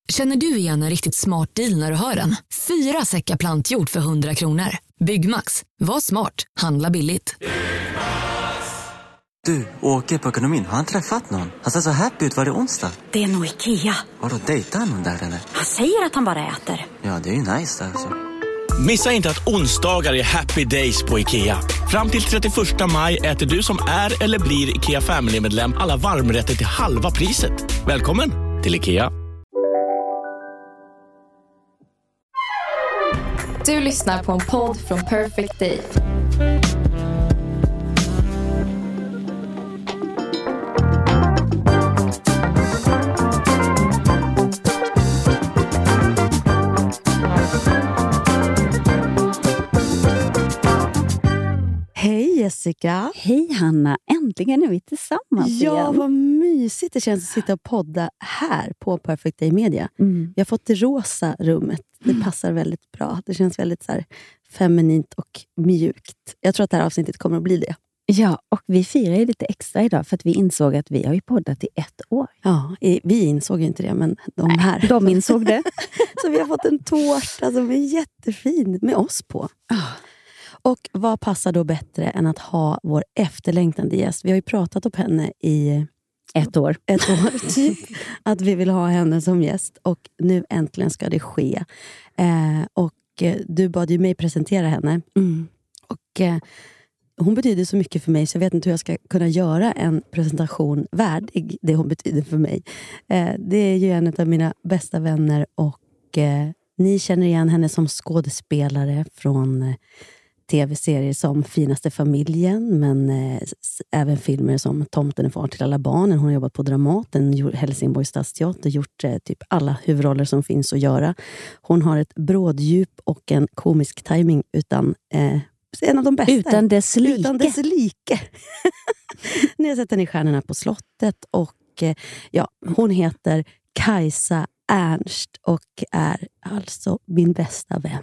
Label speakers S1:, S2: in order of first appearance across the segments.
S1: Känner du igen en riktigt smart deal när du hör den? 4 säckar plantjord för 100 kronor. Byggmax. Var smart. Handla billigt.
S2: Du, Åke på ekonomin. Har han träffat någon? Han ser så happy ut. Var det onsdag?
S3: Det är nog Ikea.
S2: Har du dejtat någon där eller?
S3: Han säger att han bara äter.
S2: Ja, det är ju nice alltså.
S4: Missa inte att onsdagar är happy days på IKEA. Fram till 31 maj äter du som är eller blir IKEA Family-medlem alla varmrätter till halva priset. Välkommen till IKEA.
S5: Du lyssnar på en podd från Perfect Day.
S6: Hej Jessica.
S7: Hej Hanna, äntligen är vi tillsammans igen.
S6: Ja, vad mysigt det känns att sitta och podda här på Perfect Day Media. Vi har fått det rosa rummet. Det passar väldigt bra. Det känns väldigt så här feminint och mjukt. Jag tror att det här avsnittet kommer att bli det.
S7: Ja, och vi firar ju lite extra idag för att vi insåg att vi har ju poddat i 1 år.
S6: Ja, vi insåg ju inte det, men de
S7: insåg det.
S6: Så vi har fått en tårta som är jättefin med oss på. Och vad passar då bättre än att ha vår efterlängtande gäst? Vi har ju pratat om henne i
S7: 1 år.
S6: 1 år typ. Att vi vill ha henne som gäst. Och nu äntligen ska det ske. Och du bad ju mig presentera henne. Och hon betyder så mycket för mig så jag vet inte hur jag ska kunna göra en presentation värd det hon betyder för mig. Det är ju en av mina bästa vänner och ni känner igen henne som skådespelare från tv-serier som Finaste familjen, men även filmer som Tomten är far till alla barnen. Hon har jobbat på Dramaten, Helsingborgs stadsteater, gjort typ alla huvudroller som finns att göra. Hon har ett bråddjup och en komisk timing utan en av de bästa.
S7: Utan dess like.
S6: Utan dess like. Ni har sett henne i Stjärnorna på slottet och hon heter Kajsa Ernst och är alltså min bästa vän.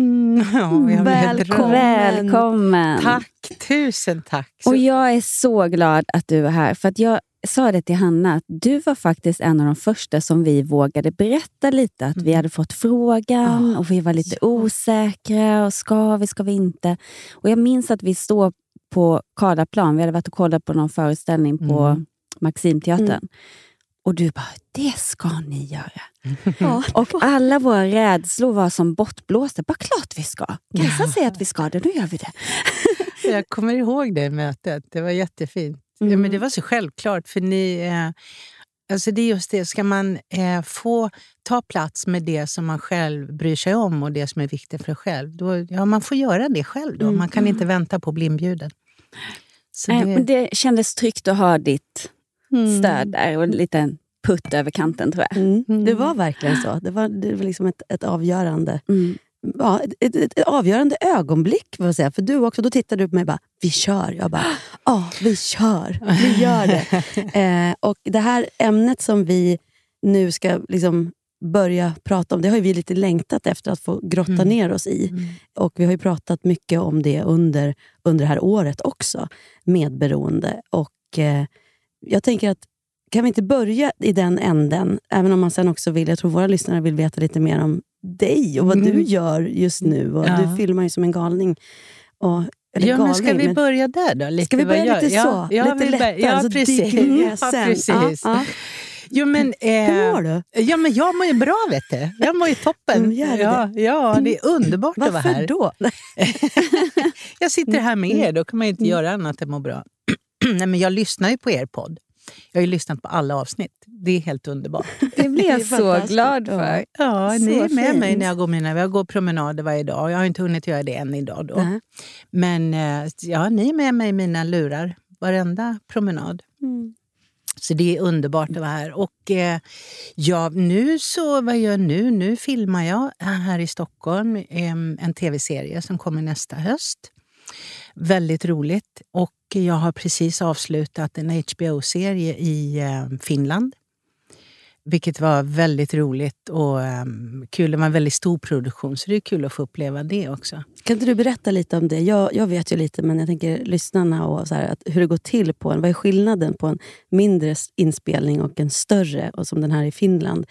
S7: Välkommen.
S8: Tack, tusen tack.
S7: Och jag är så glad att du är här. För att jag sa det till Hanna att du var faktiskt en av de första som vi vågade berätta lite. Att vi hade fått frågan och vi var lite osäkra. Och ska vi inte? Och jag minns att vi står på Karlaplan. Vi hade varit och kollat på någon föreställning på Maximteatern. Och du bara, det ska ni göra. Och alla våra rädslor var som bortblåsta. Bara klart vi ska. Kajsa säger att vi ska det, då gör vi det.
S8: Jag kommer ihåg det mötet. Det var jättefint. Ja, men det var så självklart. För ni, alltså det är just det. Ska man få ta plats med det som man själv bryr sig om. Och det som är viktigt för själv. Då, man får göra det själv då. Man kan inte vänta på att bli inbjuden. Så
S7: men det kändes tryggt att ha ditt stöd där och en liten putt över kanten tror jag.
S6: Det var verkligen så. Det var liksom ett avgörande ett avgörande ögonblick vad jag säga. För du också, då tittade du på mig och bara, vi kör. Jag bara, vi kör. Vi gör det. Och det här ämnet som vi nu ska liksom börja prata om, det har ju vi lite längtat efter att få grotta ner oss i. Och vi har ju pratat mycket om det under det här året också. Medberoende. Och jag tänker att kan vi inte börja i den änden, även om man sen också vill, jag tror våra lyssnare vill veta lite mer om dig och vad du gör just nu. Och du filmar ju som en galning.
S8: Men ska vi börja där då? Lite
S6: ska vi börja lite så? Lite lättare.
S8: Ja, precis. Jo, men,
S6: hur mår du?
S8: Ja, men jag mår ju bra, vet du. Jag mår ju toppen. Ja, det är underbart att vara här.
S6: Varför då?
S8: Jag sitter här med er, då kan man ju inte göra annat än må bra. Nej, men jag lyssnar ju på er podd. Jag har ju lyssnat på alla avsnitt. Det är helt underbart.
S7: Det blir jag så glad för.
S8: Ja, ni är med mig när jag går promenader varje dag. Jag har inte hunnit göra det än idag då. Men ni är med mig i mina lurar. Varenda promenad. Så det är underbart att vara här. Och nu så, vad gör jag nu? Nu filmar jag här i Stockholm en tv-serie som kommer nästa höst. Väldigt roligt. Och jag har precis avslutat en HBO-serie i Finland. Vilket var väldigt roligt och kul. Det var en väldigt stor produktion, så det är kul att få uppleva det också. Kan
S6: inte du berätta lite om det? Jag vet ju lite, men jag tänker lyssnarna och så här, att hur det går till på vad är skillnaden på en mindre inspelning och en större, och som den här i Finland.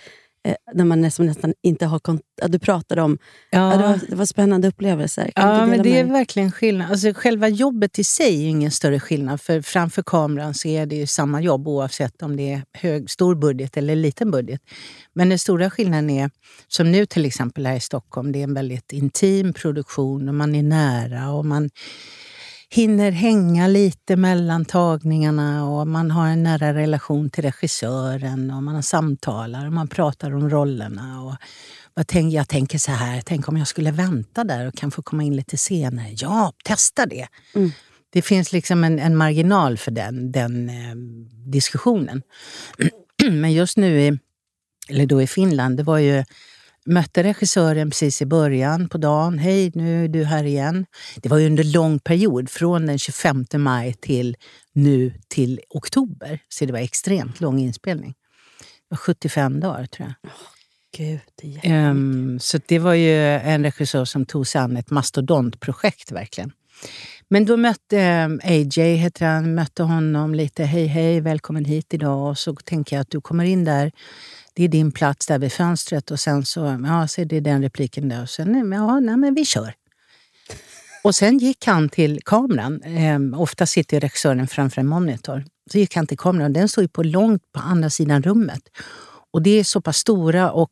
S6: när man nästan inte har du pratade om, det var spännande upplevelser.
S8: Men det är verkligen skillnad. Alltså, själva jobbet i sig är ingen större skillnad, för framför kameran så är det ju samma jobb oavsett om det är stor budget eller liten budget. Men den stora skillnaden är, som nu till exempel här i Stockholm, det är en väldigt intim produktion och man är nära och man hinner hänga lite mellan tagningarna och man har en nära relation till regissören och man samtalar och man pratar om rollerna. Och jag tänker så här, tänk om jag skulle vänta där och kan få komma in lite senare. Ja, testa det. Det finns liksom en marginal för den diskussionen. Men just nu i Finland, det var ju mötte regissören precis i början på dagen. Hej, nu är du här igen. Det var ju under lång period, från den 25 maj till nu till oktober. Så det var extremt lång inspelning. Det var 75 dagar tror jag.
S6: Gud, det är
S8: så det var ju en regissör som tog sig an ett mastodontprojekt verkligen. Men då mötte AJ, heter han, mötte honom lite. Hej, välkommen hit idag. Och så tänker jag att du kommer in där. Det är din plats där vid fönstret och sen så är det den repliken där. Och sen, men vi kör. Och sen gick han till kameran. Ofta sitter regissören framför en monitor. Så gick han till kameran och den stod ju långt på andra sidan rummet. Och det är så pass stora och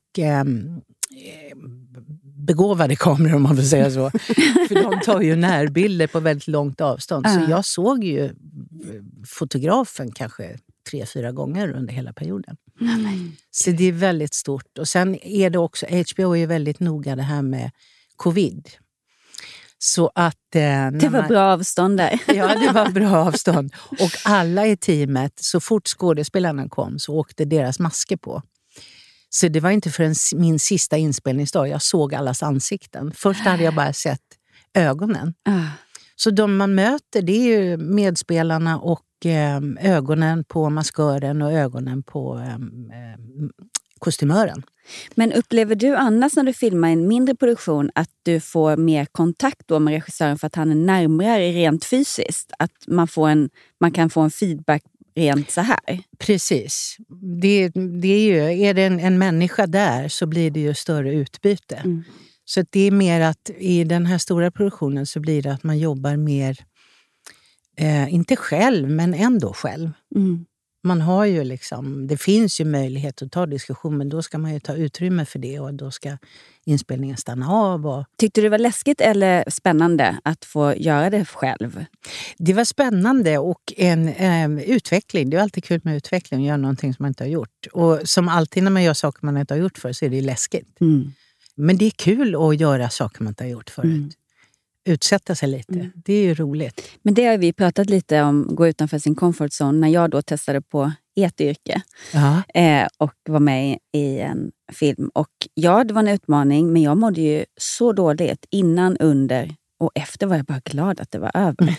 S8: begåvade kameror, om man får säga så. För de tar ju närbilder på väldigt långt avstånd. Så jag såg ju fotografen kanske 3-4 gånger under hela perioden. Så det är väldigt stort. Och sen är det också, HBO är väldigt noga det här med covid. Så att...
S7: det var bra avstånd där.
S8: Ja, det var bra avstånd. Och alla i teamet, så fort skådespelarna kom så åkte deras masker på. Så det var inte förrän min sista inspelningsdag jag såg allas ansikten. Först hade jag bara sett ögonen. Så de man möter, det är ju medspelarna och ögonen på maskören och ögonen på kostymören. Men upplever du annars när du filmar en mindre produktion att du får mer kontakt då med regissören för att han är närmare rent fysiskt? Att man kan få en feedback rent så här? Precis. Det är ju, är det en människa där så blir det ju större utbyte. Så det är mer att i den här stora produktionen så blir det att man jobbar mer, inte själv men ändå själv. Man har ju liksom, det finns ju möjlighet att ta diskussion, men då ska man ju ta utrymme för det och då ska inspelningen stanna av. Tyckte du det var läskigt eller spännande att få göra det själv? Det var spännande och en utveckling. Det är alltid kul med utveckling och göra någonting som man inte har gjort. Och som alltid när man gör saker man inte har gjort för så är det läskigt. Men det är kul att göra saker man inte har gjort förut. Utsätta sig lite. Det är ju roligt. Men det har vi pratat lite om, gå utanför sin comfort zone, när jag då testade på ett yrke och var med i en film. Och ja, det var en utmaning, men jag mådde ju så dåligt innan, under och efter var jag bara glad att det var över.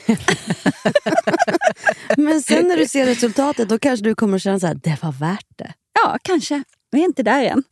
S6: Men sen när du ser resultatet, då kanske du kommer att känna så här, det var värt det.
S7: Ja, kanske. Vi är inte där än.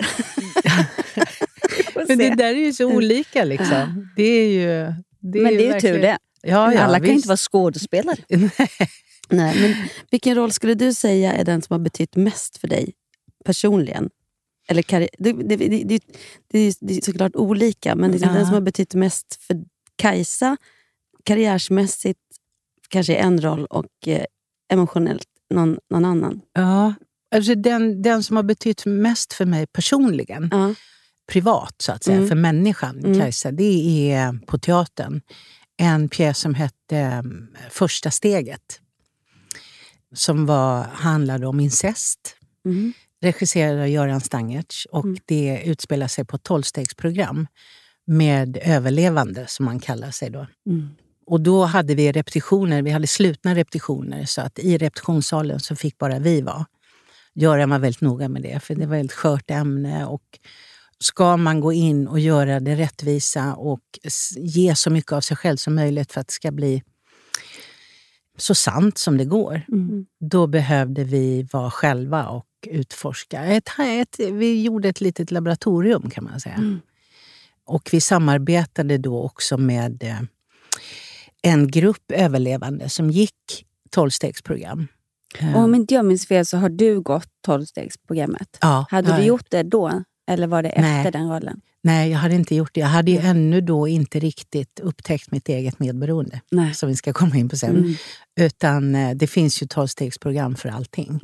S8: Men det där är ju så olika liksom. Det är ju...
S7: Men det är ju tur det. Alla kan inte vara skådespelare.
S6: Nej, men vilken roll skulle du säga är den som har betytt mest för dig personligen? Eller det är såklart olika, men det är den som har betytt mest för Kajsa karriärsmässigt, kanske en roll, och emotionellt någon annan.
S8: Ja, alltså den som har betytt mest för mig personligen, privat så att säga, för människan Kajsa, det är på teatern en pjäs som hette Första steget, som handlade om incest, regisserad av Göran Stangertz, och det utspelar sig på ett 12-stegsprogram med överlevande, som man kallar sig då. Och då hade vi repetitioner, vi hade slutna repetitioner, så att i repetitionssalen så fick bara vi vara. Göran var väldigt noga med det, för det var ett skört ämne, och ska man gå in och göra det rättvisa och ge så mycket av sig själv som möjligt för att det ska bli så sant som det går, då behövde vi vara själva och utforska. Vi gjorde ett litet laboratorium, kan man säga. Och vi samarbetade då också med en grupp överlevande som gick 12-stegsprogram.
S7: Och om inte jag minns fel så har du gått 12-stegsprogrammet.
S8: Ja,
S7: hade du gjort det då? Eller var det efter den rollen?
S8: Nej, jag hade inte gjort det. Jag hade ju ännu då inte riktigt upptäckt mitt eget medberoende.
S7: Nej.
S8: Som vi ska komma in på sen. Utan det finns ju 12-stegsprogram för allting.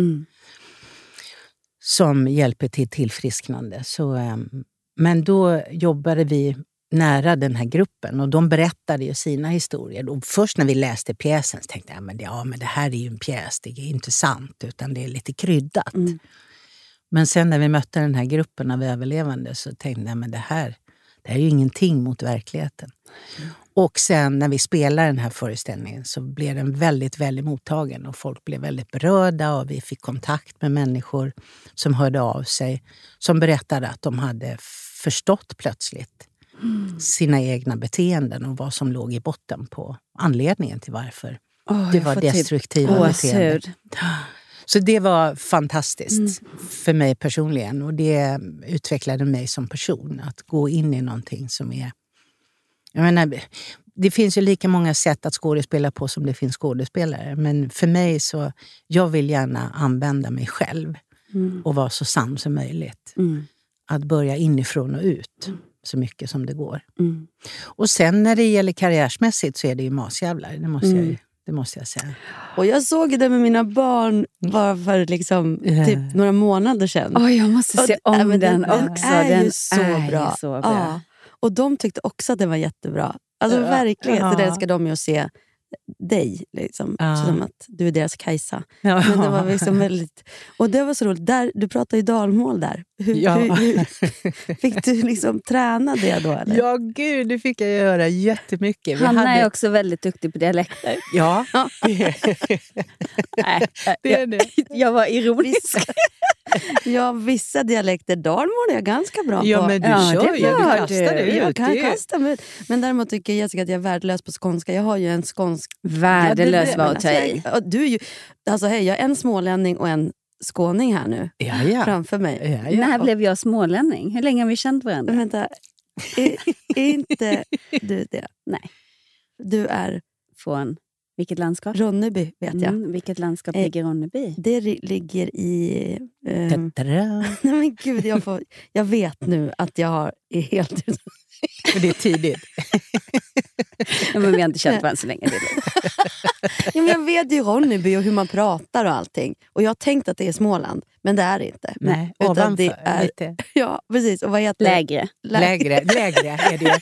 S8: Som hjälper till tillfrisknande. Så, men då jobbade vi nära den här gruppen. Och de berättade ju sina historier. Och först när vi läste pjäsen så tänkte jag, men det här är ju en pjäs. Det är inte sant, utan det är lite kryddat. Men sen när vi mötte den här gruppen av överlevande så tänkte jag, men det här är ju ingenting mot verkligheten. Och sen när vi spelade den här föreställningen så blev den väldigt, väldigt mottagen. Och folk blev väldigt berörda och vi fick kontakt med människor som hörde av sig. Som berättade att de hade förstått plötsligt sina egna beteenden och vad som låg i botten på anledningen till varför det var destruktiva beteenden. Så det var fantastiskt för mig personligen och det utvecklade mig som person att gå in i någonting som är... Jag menar, det finns ju lika många sätt att skådespela på som det finns skådespelare, men för mig så, jag vill gärna använda mig själv och vara så sann som möjligt. Att börja inifrån och ut så mycket som det går. Och sen när det gäller karriärsmässigt så är det ju masjävlar, det måste jag säga.
S6: Och jag såg det med mina barn bara för liksom, typ några månader sedan.
S7: Jag måste se om den också.
S6: Den är ju så bra.
S7: Så bra.
S6: Ja. Och de tyckte också att den var jättebra. Alltså verkligen, så det ska de ju se dig. Liksom. Som att du är deras Kajsa. Men det var liksom väldigt... Och det var så roligt. Där, du pratade ju dalmål där. Hur fick du liksom träna det då? Eller?
S8: Ja, gud, det fick jag göra jättemycket.
S7: Hanna är också väldigt duktig på dialekter.
S8: Ja.
S7: Det är det. Jag var ironisk.
S6: Vissa dialekter dalmål är jag ganska bra på.
S8: Ja, men du kör ju. Du kastar det ut.
S6: Jag kan kasta mig ut. Men däremot tycker Jessica att jag är värdelös på skånska. Jag har ju en skånsk...
S7: Värdelös var att ta i.
S6: Du är ju... Alltså hej, jag är en smålänning och en skåning här nu. Framför mig.
S7: När blev jag smålänning? Hur länge har vi känt varandra?
S6: Men vänta, är inte du det?
S7: Nej.
S6: Du är...
S7: Från vilket landskap?
S6: Ronneby, vet jag.
S7: Vilket landskap ligger Ronneby?
S6: Det ligger i... Nej men gud, jag vet nu att jag är helt...
S8: Det är tidigt.
S7: Men vi har inte känt varandra så länge.
S6: Men jag vet ju Ronneby och hur man pratar och allting. Och jag har tänkt att det är Småland, men det är det inte.
S8: Nej,
S6: utan det är
S8: lite.
S6: Ja, precis. Och vad heter
S7: Lägre.
S8: Lägre är det.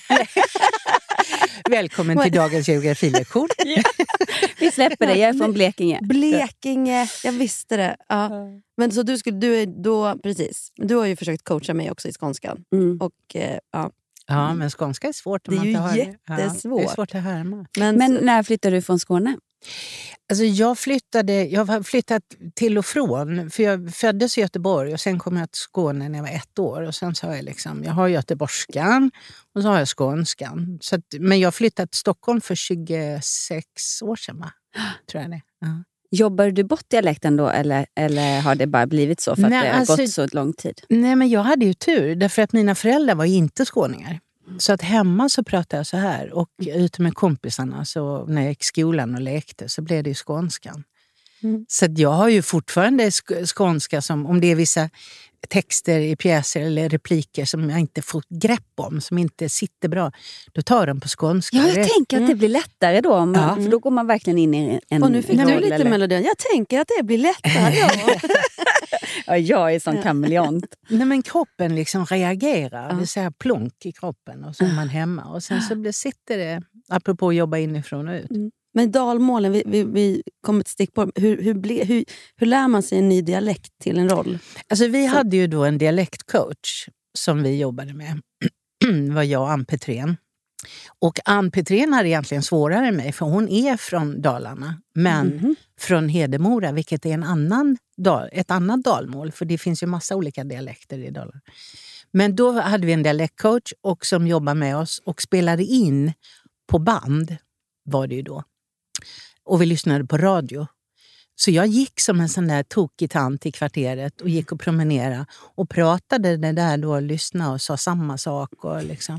S8: Välkommen till dagens geografilektion.
S7: Vi släpper det, jag är från Blekinge.
S6: Blekinge, jag visste det. Ja. Men så du är då, precis. Du har ju försökt coacha mig också i skånskan. Och
S8: Ja, men skånska är svårt.
S6: Det är ju jättesvårt.
S8: Det är svårt att härma.
S7: Men när flyttade du från Skåne?
S8: Alltså jag har flyttat till och från. För jag föddes i Göteborg och sen kom jag till Skåne när jag var 1 år. Och sen sa jag liksom, jag har göteborgskan och så har jag skånskan. Så att, men jag flyttade till Stockholm för 26 år sedan, va? Tror jag det. Ja.
S7: Jobbar du bort dialekten då eller har det bara blivit så för att det har gått så lång tid? Nej,
S8: men jag hade ju tur därför att mina föräldrar var inte skåningar. Så att hemma så pratade jag så här och ute med kompisarna så när jag gick i skolan och lekte så blev det ju skånskan. Så att jag har ju fortfarande skånska som om det är vissa texter i pjäser eller repliker som jag inte får grepp om, som inte sitter bra, då tar de på skånska.
S7: Ja, jag tänker att det blir lättare då, för då går man verkligen in i en...
S6: Och nu fick du lite melodin. Jag tänker att det blir lättare.
S7: Ja, jag är sån kameleont.
S8: Nej, men kroppen liksom reagerar. Det säger plonk i kroppen och så är man hemma. Och sen så sitter det, apropå att jobba inifrån och ut.
S6: Men dalmålen, vi kommer ett stick på hur lär man sig en ny dialekt till en roll?
S8: Alltså vi hade ju då en dialektcoach som vi jobbade med. Det var jag och Ann Petrén. Och Ann Petrén hade egentligen svårare än mig för hon är från Dalarna. Men från Hedemora, vilket är ett annat dalmål. För det finns ju massa olika dialekter i Dalarna. Men då hade vi en dialektcoach och som jobbade med oss och spelade in på band var det ju då. Och vi lyssnade på radio. Så jag gick som en sån där tokig tant i kvarteret och gick och promenerade och pratade det där då och lyssnade och sa samma sak. Och, liksom.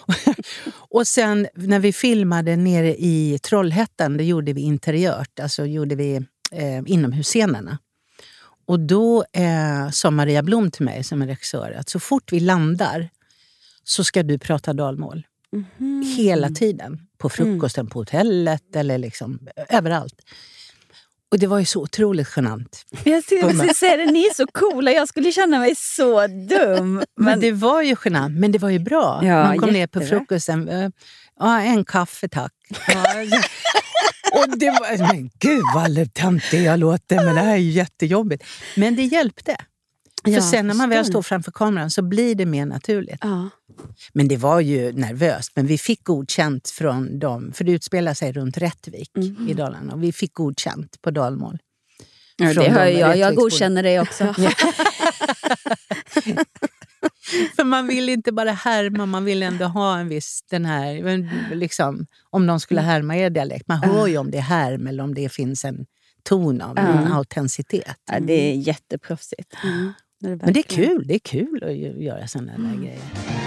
S8: Och sen när vi filmade nere i Trollhättan, det gjorde vi interiört, alltså gjorde vi inomhusscenerna. Och då sa Maria Blom till mig som är regissör att så fort vi landar så ska du prata dalmål. Hela tiden. På frukosten på hotellet eller liksom överallt. Och det var ju så otroligt genant.
S7: Jag skulle säga det, ni är så coola. Jag skulle känna mig så dum.
S8: Men det var ju genant, men det var ju bra.
S7: Ja,
S8: man kom ner på frukosten. En kaffe tack. Och det var, men gud vad töntig jag låter, men det här är ju jättejobbigt. Men det hjälpte. För sen när man väl står framför kameran så blir det mer naturligt. Ja. Men det var ju nervöst. Men vi fick godkänt från dem. För det utspelar sig runt Rättvik i Dalarna. Och vi fick godkänt på dalmål.
S7: Ja, det hör jag. Jag godkänner det också.
S8: För man vill inte bara härma. Man vill ändå ha en viss, den här, liksom, om de skulle härma er dialekt. Man hör ju om det är härm eller om det finns en ton av en autenticitet.
S7: Ja, det är jätteproffsigt.
S8: Men det är kul att göra sådana där grejer.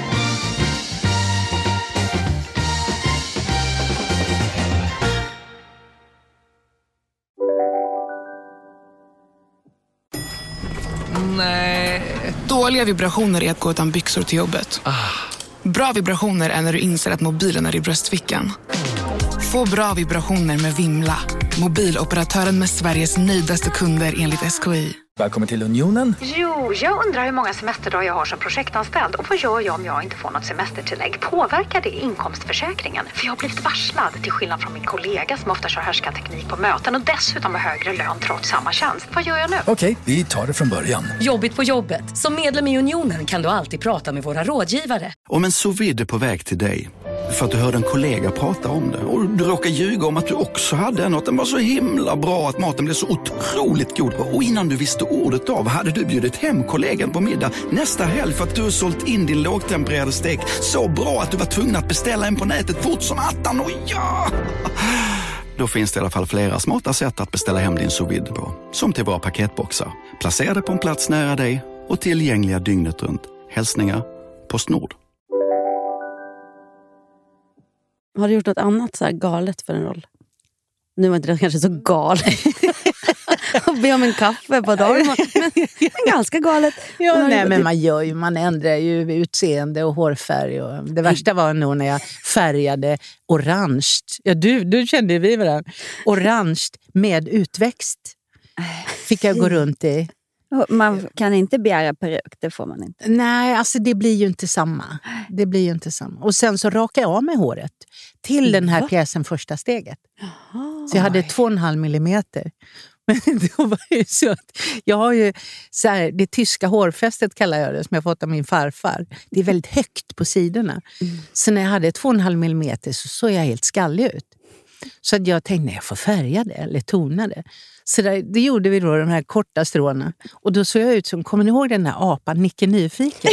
S9: Nej. Dåliga vibrationer är att gå utan byxor till jobbet. Bra vibrationer är när du inser att mobilen är i bröstfickan. Få bra vibrationer med Vimla. Mobiloperatören med Sveriges nöjdaste kunder enligt SKI.
S10: Välkommen till Unionen.
S11: Jo, jag undrar hur många semesterdagar jag har som projektanställd. Och vad gör jag om jag inte får något semestertillägg? Påverkar det inkomstförsäkringen? För jag har blivit varslad, till skillnad från min kollega som ofta kör härskarteknik på möten. Och dessutom har högre lön trots samma tjänst. Vad gör jag nu?
S10: Okej, vi tar det från början.
S12: Jobbigt på jobbet. Som medlem i Unionen kan du alltid prata med våra rådgivare.
S13: Om en sous vide är på väg till dig för att du hörde en kollega prata om det och du råkar ljuga om att du också hade en och att den var så himla bra att maten blev så otroligt god. Och innan du visste ordet av hade du bjudit hem kollegan på middag nästa helg för att du har sålt in din lågtempererade stek så bra att du var tvungen att beställa en på nätet fort som attan. Och ja! Då finns det i alla fall flera smarta sätt att beställa hem din sous vide på. Som till våra paketboxar. Placerade på en plats nära dig och tillgängliga dygnet runt. Hälsningar PostNord.
S6: Har du gjort något annat så här galet för en roll? Nu var inte det kanske så galet. Och be om en kaffe på dagen. Men ganska galet.
S8: Ja, men man ändrar ju utseende och hårfärg. Och det värsta var nog när jag färgade orange. Ja, du kände vi varandra. Orange med utväxt. Fick jag gå runt i.
S7: Man kan inte begära peruk, det får man inte.
S8: Nej, alltså det blir ju inte samma. Det blir ju inte samma. Och sen så rakade jag av mig håret till den här pjäsen Första steget. Jaha. Så jag hade 2,5 millimeter. Men då var det ju så att jag har ju så här, det tyska hårfästet kallar jag det, som jag fått av min farfar. Det är väldigt högt på sidorna. Så när jag hade 2,5 millimeter så såg jag helt skallig ut. Så att jag tänkte, nej, jag får färga det eller tona det. Så det gjorde vi då, de här korta stråna. Och då såg jag ut som, kommer ni ihåg den här apan, Nicke Nyfiken?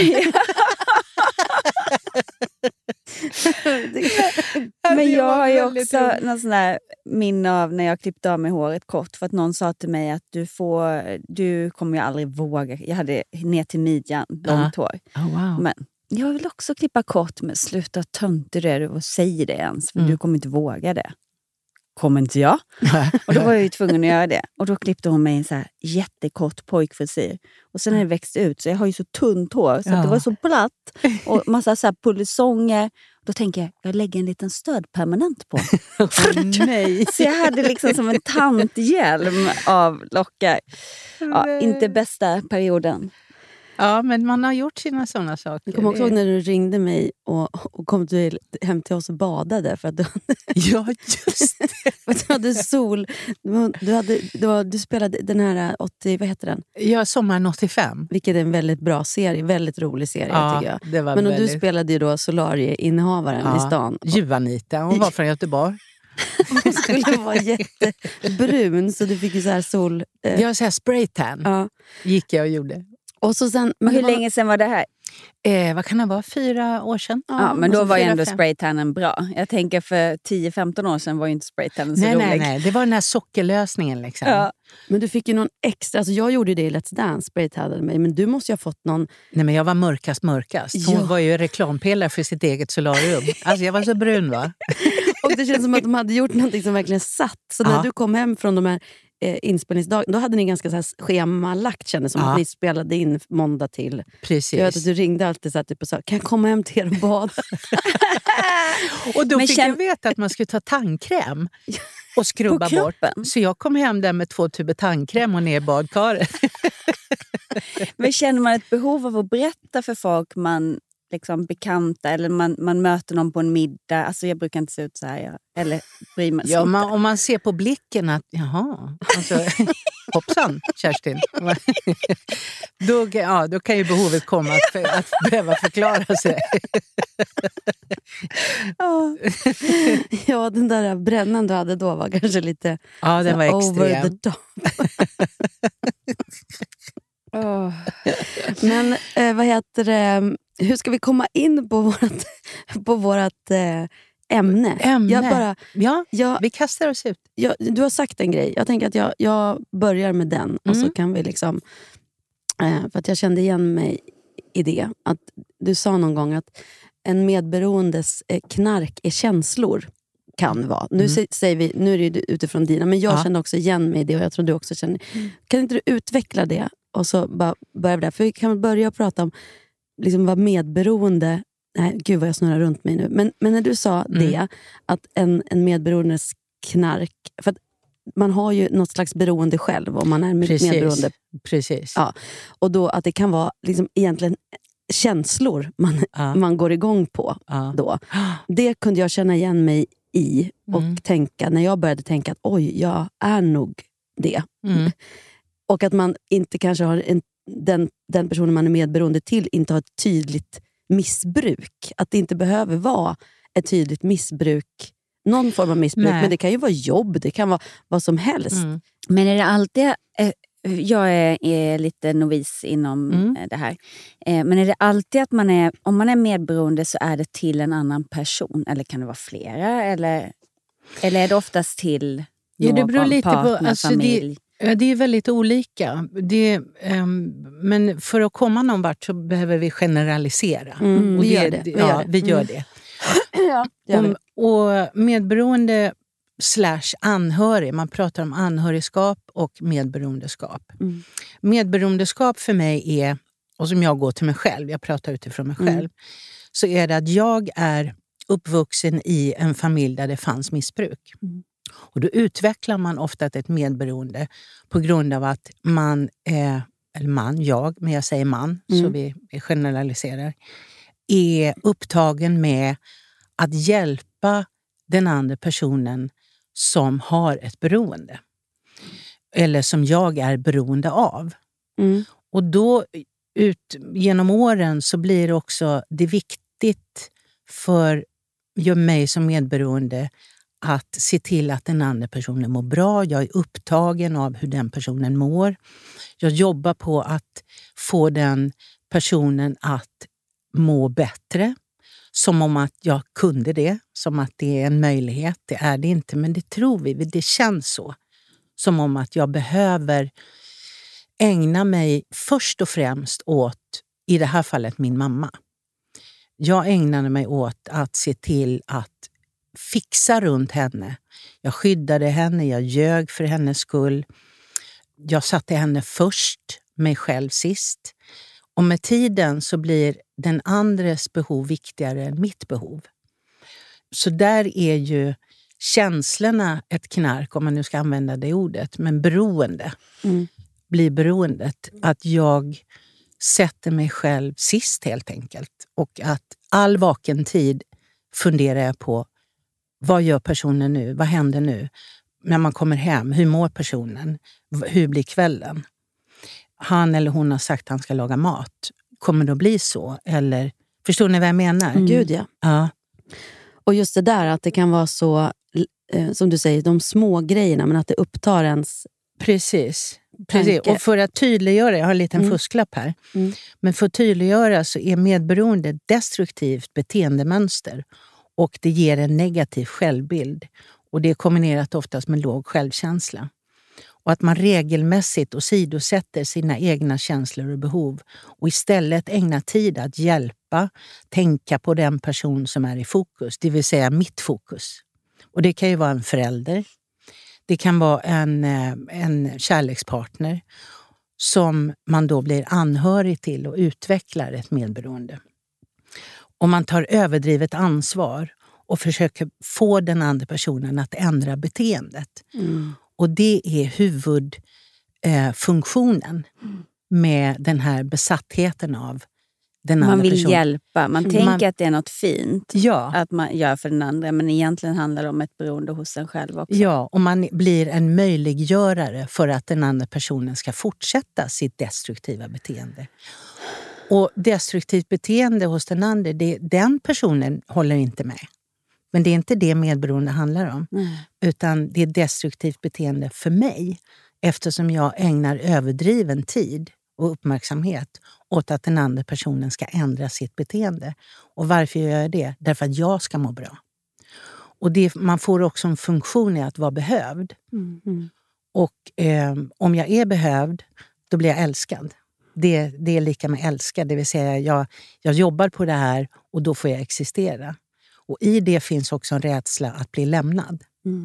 S7: Men jag har ju också någon sån där minne av när jag klippte av mig håret kort. För att någon sa till mig att du kommer ju aldrig våga. Jag hade ner till midjan, långt hår.
S8: Oh, wow.
S7: Men jag vill också klippa kort, men sluta tönta det och säg det ens. För du kommer inte våga det. Kommer inte jag? Och då var jag ju tvungen att göra det. Och då klippte hon mig en så här jättekort pojkfrisyr. Och sen har det växt ut, så jag har ju så tunt hår. Så att det var så platt. Och massa så här polisonger. Då tänker jag lägger en liten stöd permanent på.
S8: Nej.
S7: Så jag hade liksom som en tanthjälm av lockar. Ja, inte bästa perioden.
S8: Ja, men man har gjort sina sådana saker.
S6: Jag kommer också ihåg när du ringde mig och kom hem till oss och badade. För att
S8: ja, just det.
S6: För att du hade sol. Du spelade den här 80, vad heter den?
S8: Ja, Sommaren 85.
S6: Vilket är en väldigt bra serie, väldigt rolig serie tycker jag.
S8: Det var
S6: men
S8: väldigt...
S6: du spelade ju då solarieinnehavaren i stan.
S8: Juanita, hon var från Göteborg.
S6: Hon skulle vara jättebrun så du fick ju så här sol...
S8: Jag så här spraytan gick jag och gjorde.
S6: Och så sen,
S7: men hur länge sedan var det här?
S8: Vad kan det vara? 4 år sedan?
S7: Ja, men då var ju ändå spraytannen bra. Jag tänker för 10-15 år sedan var ju inte spraytannen så rolig.
S8: Nej, det var den här sockerlösningen liksom.
S6: Ja. Men du fick ju någon extra, alltså jag gjorde det i Let's Dance, spraytannade mig, men du måste ju ha fått någon...
S8: Nej, men jag var mörkast. Hon var ju reklampelare för sitt eget solarium. Alltså jag var så brun, va?
S6: Och det känns som att de hade gjort någonting som verkligen satt. Så när du kom hem från de här inspelningsdag, då hade ni ganska så här schemalagt, kändes som att ni spelade in måndag till.
S8: Precis.
S6: Jag vet att du ringde alltid så här, typ, och sa, kan jag komma hem till er och bada?
S8: Och då fick jag veta att man skulle ta tandkräm och skrubba bort. Så jag kom hem där med 2 tuber tandkräm och ner i badkaret.
S7: Men känner man ett behov av att berätta för folk man liksom bekanta, eller man möter någon på en middag? Alltså jag brukar inte se ut så här. Eller bryr mig
S8: ja, om man ser på blicken att, jaha, alltså, hoppsan, Kerstin. Då kan ju behovet komma att behöva förklara sig.
S6: Ja, den där brännan du hade då var kanske lite
S8: den var
S6: over
S8: extrem.
S6: the top. Men vad heter det? Hur ska vi komma in på vårat ämne?
S8: Vi kastar oss ut.
S6: Du har sagt en grej. Jag tänker att jag börjar med den. Och så kan vi liksom... för att jag kände igen mig i det. Att du sa någon gång att en medberoendes knark är känslor. Kan vara. Nu säger vi, nu är det utifrån dina. Men jag kände också igen mig i det. Och jag tror du också känner... Kan inte du utveckla det? Och så bara börjar vi där. För vi kan börja prata om liksom vad medberoende... Nej, gud vad jag snurrar runt mig nu. Men när du sa det, att en medberoendes knark... För att man har ju något slags beroende själv om man är medberoende.
S8: Precis.
S6: Ja. Och då att det kan vara liksom egentligen känslor man går igång på då. Det kunde jag känna igen mig i och tänka, när jag började tänka att oj, jag är nog det. Och att man inte kanske har den personen man är medberoende till inte har ett tydligt missbruk. Att det inte behöver vara ett tydligt missbruk, någon form av missbruk. Nej. Men det kan ju vara jobb, det kan vara vad som helst.
S7: Men är det alltid... Jag är lite novis inom det här. Men är det alltid att om man är medberoende så är det till en annan person? Eller kan det vara flera? Eller är det oftast till någon
S8: det beror lite
S7: partner,
S8: på, alltså
S7: familj?
S8: Det är väldigt olika. Men för att komma någon vart så behöver vi generalisera. Och vi gör det. Och medberoende / anhörig. Man pratar om anhörigskap och medberoendeskap. Medberoendeskap för mig är, och som jag går till mig själv, jag pratar utifrån mig själv, så är det att jag är uppvuxen i en familj där det fanns missbruk. Och då utvecklar man ofta ett medberoende på grund av att men jag säger man, så vi generaliserar, är upptagen med att hjälpa den andra personen som har ett beroende. Eller som jag är beroende av. Och då genom åren så blir också det viktigt för mig som medberoende att se till att den andra personen mår bra. Jag är upptagen av hur den personen mår. Jag jobbar på att få den personen att må bättre. Som om att jag kunde det. Som att det är en möjlighet. Det är det inte, men det tror vi. Det känns så. Som om att jag behöver ägna mig först och främst åt, i det här fallet, min mamma. Jag ägnade mig åt att se till att fixa runt henne. Jag skyddade henne, jag ljög för hennes skull. Jag satte henne först, mig själv sist. Och med tiden så blir den andres behov viktigare än mitt behov. Så där är ju känslorna ett knark, om man nu ska använda det ordet. Men beroende blir beroendet. Att jag sätter mig själv sist helt enkelt. Och att all vaken tid funderar jag på, vad gör personen nu? Vad händer nu? När man kommer hem, hur mår personen? Hur blir kvällen? Han eller hon har sagt att han ska laga mat. Kommer det att bli så? Eller, förstår ni vad jag menar?
S6: Gud ja. Och just det där att det kan vara så, som du säger, de små grejerna, men att det upptar ens...
S8: Precis. Och för att tydliggöra, jag har en liten fusklapp här. Men för att tydliggöra så är medberoende destruktivt beteendemönster. Och det ger en negativ självbild. Och det är kombinerat oftast med låg självkänsla. Och att man regelmässigt åsidosätter sina egna känslor och behov. Och istället ägnar tid att hjälpa, tänka på den person som är i fokus. Det vill säga mitt fokus. Och det kan ju vara en förälder. Det kan vara en kärlekspartner som man då blir anhörig till och utvecklar ett medberoende. Om man tar överdrivet ansvar och försöker få den andra personen att ändra beteendet. Och det är huvudfunktionen med den här besattheten av den andra personen. Man vill
S7: hjälpa, man tänker att det är något fint att man gör för den andra, men egentligen handlar det om ett beroende hos en själv också.
S8: Ja, och man blir en möjliggörare för att den andra personen ska fortsätta sitt destruktiva beteende. Och destruktivt beteende hos den andra, den personen håller inte med. Men det är inte det medberoende handlar om. Utan det är destruktivt beteende för mig. Eftersom jag ägnar överdriven tid och uppmärksamhet åt att den andra personen ska ändra sitt beteende. Och varför gör jag det? Därför att jag ska må bra. Och man får också en funktion i att vara behövd. Och om jag är behövd, då blir jag älskad. Det är lika med älskad. Det vill säga jag jobbar på det här och då får jag existera. Och i det finns också en rädsla att bli lämnad.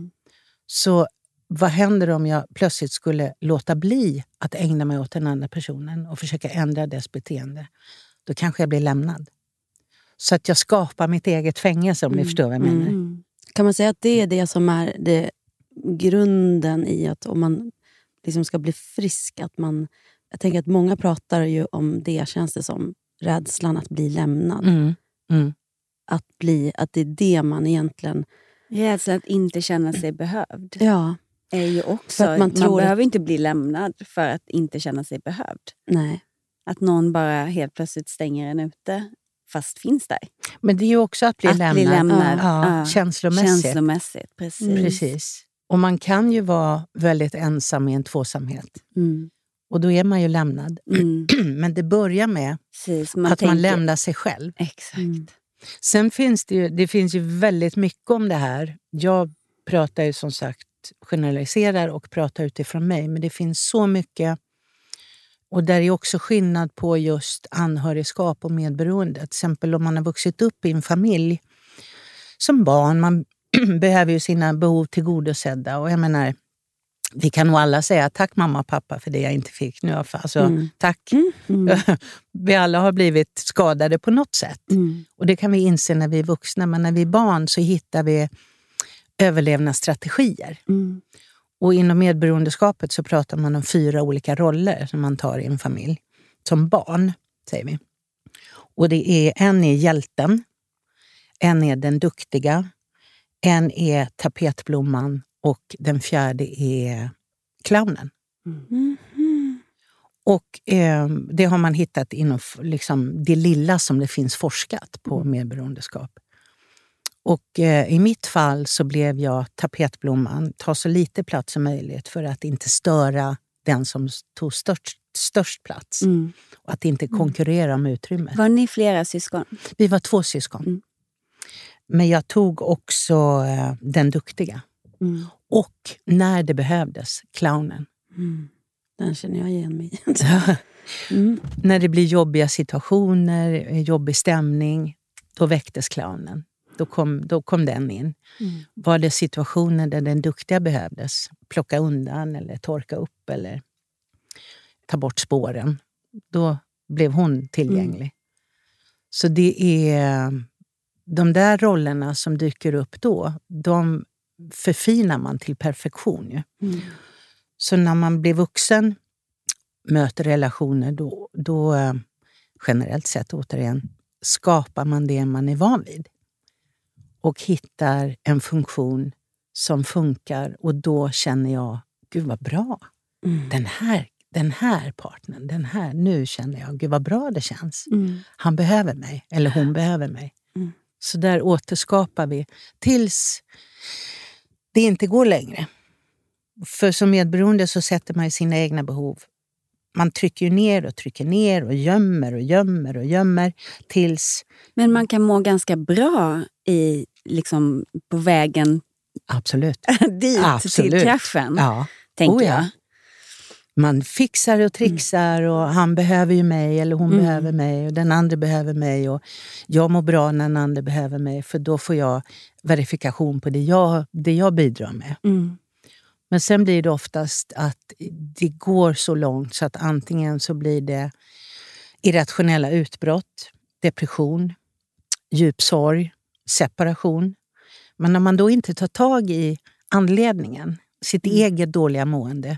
S8: Så vad händer om jag plötsligt skulle låta bli att ägna mig åt den andra personen och försöka ändra dess beteende? Då kanske jag blir lämnad. Så att jag skapar mitt eget fängelse, om ni förstår vad jag menar.
S6: Kan man säga att det är det som är det grunden i att om man liksom ska bli frisk, att man... Jag tänker att många pratar ju om det, känns det som, rädslan att bli lämnad. Att det är det man egentligen...
S7: Rädslan att inte känna sig behövd.
S6: Ja.
S7: Är ju också, att man behöver inte bli lämnad för att inte känna sig behövd.
S6: Nej.
S7: Att någon bara helt plötsligt stänger en ute fast finns där.
S8: Men det är ju också att bli lämnad. Ja, känslomässigt.
S7: Känslomässigt,
S8: precis. Och man kan ju vara väldigt ensam i en tvåsamhet. Och då är man ju lämnad. Men det börjar med att man lämnar sig själv.
S7: Exakt.
S8: Sen finns det finns ju väldigt mycket om det här. Jag pratar ju som sagt, generaliserar och pratar utifrån mig. Men det finns så mycket. Och där är också skillnad på just anhörigskap och medberoende. Till exempel om man har vuxit upp i en familj som barn. Man behöver ju sina behov tillgodosedda. Och jag menar, vi kan nog alla säga tack mamma och pappa för det jag inte fick nu. Alltså, tack. Vi alla har blivit skadade på något sätt. Och det kan vi inse när vi är vuxna. Men när vi är barn så hittar vi överlevnadsstrategier. Och inom medberoendeskapet så pratar man om 4 olika roller som man tar i en familj. Som barn, säger vi. Och en är hjälten. En är den duktiga. En är tapetblomman. Och den 4:e är clownen. Och det har man hittat inom liksom, det lilla som det finns forskat på medberoendeskap. Och i mitt fall så blev jag tapetblomman. Ta så lite plats som möjligt för att inte störa den som tog störst plats. Och att inte konkurrera om utrymmet.
S7: Var ni flera syskon?
S8: Vi var 2 syskon. Men jag tog också den duktiga. Och när det behövdes, clownen.
S6: Den känner jag igen mig.
S8: När det blir jobbiga situationer, jobbig stämning, då väcktes clownen. Då kom den in. Var det situationer där den duktiga behövdes, plocka undan eller torka upp eller ta bort spåren, då blev hon tillgänglig. Så det är de där rollerna som dyker upp då, de förfinar man till perfektion ju. Så när man blir vuxen, möter relationer, då generellt sett återigen skapar man det man är van vid. Och hittar en funktion som funkar. Och då känner jag, gud vad bra. Den här partnern, nu känner jag, gud vad bra det känns. Han behöver mig, eller hon behöver mig. Så där återskapar vi tills det inte går längre. För som medberoende så sätter man sina egna behov. Man trycker ner och gömmer tills...
S7: Men man kan må ganska bra på vägen
S8: Absolut.
S7: dit till träffen, tänker jag.
S8: Man fixar och trixar och han behöver ju mig eller hon behöver mig och den andra behöver mig och jag mår bra när den andra behöver mig för då får jag verifikation på det jag bidrar med. Men sen blir det oftast att det går så långt så att antingen så blir det irrationella utbrott, depression, djup sorg, separation. Men när man då inte tar tag i anledningen, sitt eget dåliga mående.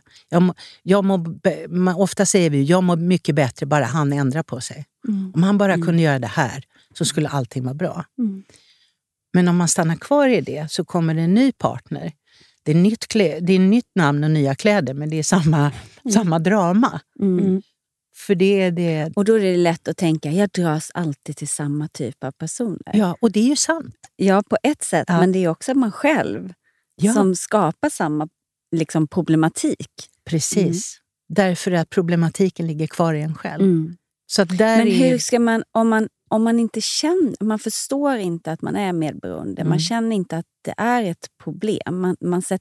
S8: Ofta säger vi, jag mår mycket bättre bara han ändrar på sig. Om han bara kunde göra det här så skulle allting vara bra. Men om man stannar kvar i det så kommer det en ny partner. Det är nytt namn och nya kläder, men det är samma drama. För det är det.
S7: Och då är det lätt att tänka, jag dras alltid till samma typ av personer.
S8: Ja, och det är ju sant.
S7: Ja, på ett sätt. Ja. Men det är också man själv som skapar samma liksom, problematik.
S8: Precis. Därför att problematiken ligger kvar i en själv. Så att där
S7: men hur ska man, om man inte känner, man förstår inte att man är medberoende. Man känner inte att det är ett problem.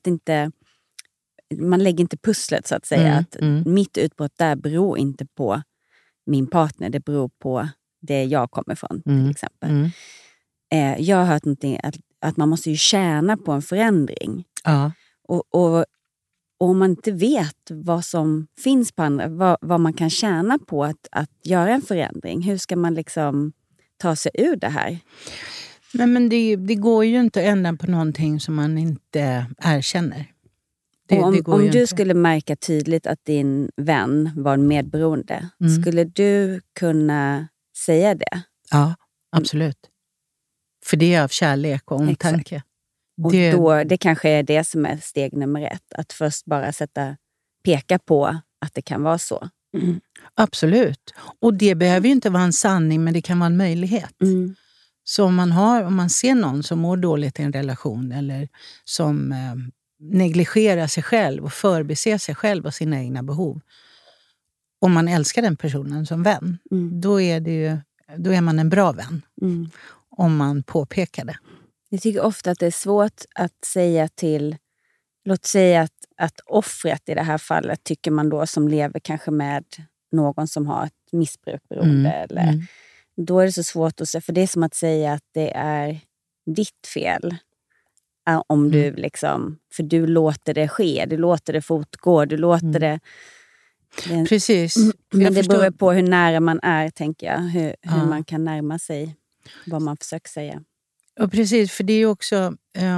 S7: Man lägger inte pusslet så att säga. Att mitt utbrott där beror inte på min partner. Det beror på det jag kommer från till exempel. Jag har hört någonting att man måste ju tjäna på en förändring.
S8: Ja.
S7: Och om man inte vet vad som finns på andra, vad man kan tjäna på att göra en förändring. Hur ska man liksom ta sig ur det här?
S8: Nej, men det går ju inte att ändra på någonting som man inte erkänner.
S7: Om du skulle märka tydligt att din vän var en medberoende, skulle du kunna säga det?
S8: Ja, absolut. För det är av kärlek och omtanke.
S7: Och det kanske är det som är steg nummer 1. Att först bara peka på att det kan vara så.
S8: Absolut. Och det behöver ju inte vara en sanning, men det kan vara en möjlighet. Så om man ser någon som mår dåligt i en relation eller som negligerar sig själv och förbiser sig själv och sina egna behov. Om man älskar den personen som vän, då är man en bra vän. Om man påpekar det.
S7: Jag tycker ofta att det är svårt att säga till, låt säga att offret i det här fallet tycker man då som lever kanske med någon som har ett missbrukberoende. Eller, då är det så svårt att säga, för det är som att säga att det är ditt fel. Om du liksom, för du låter det ske, du låter det fortgå, du låter det...
S8: Precis.
S7: Men det beror på hur nära man är, tänker jag. Hur man kan närma sig vad man försöker säga.
S8: Och precis, för det är ju också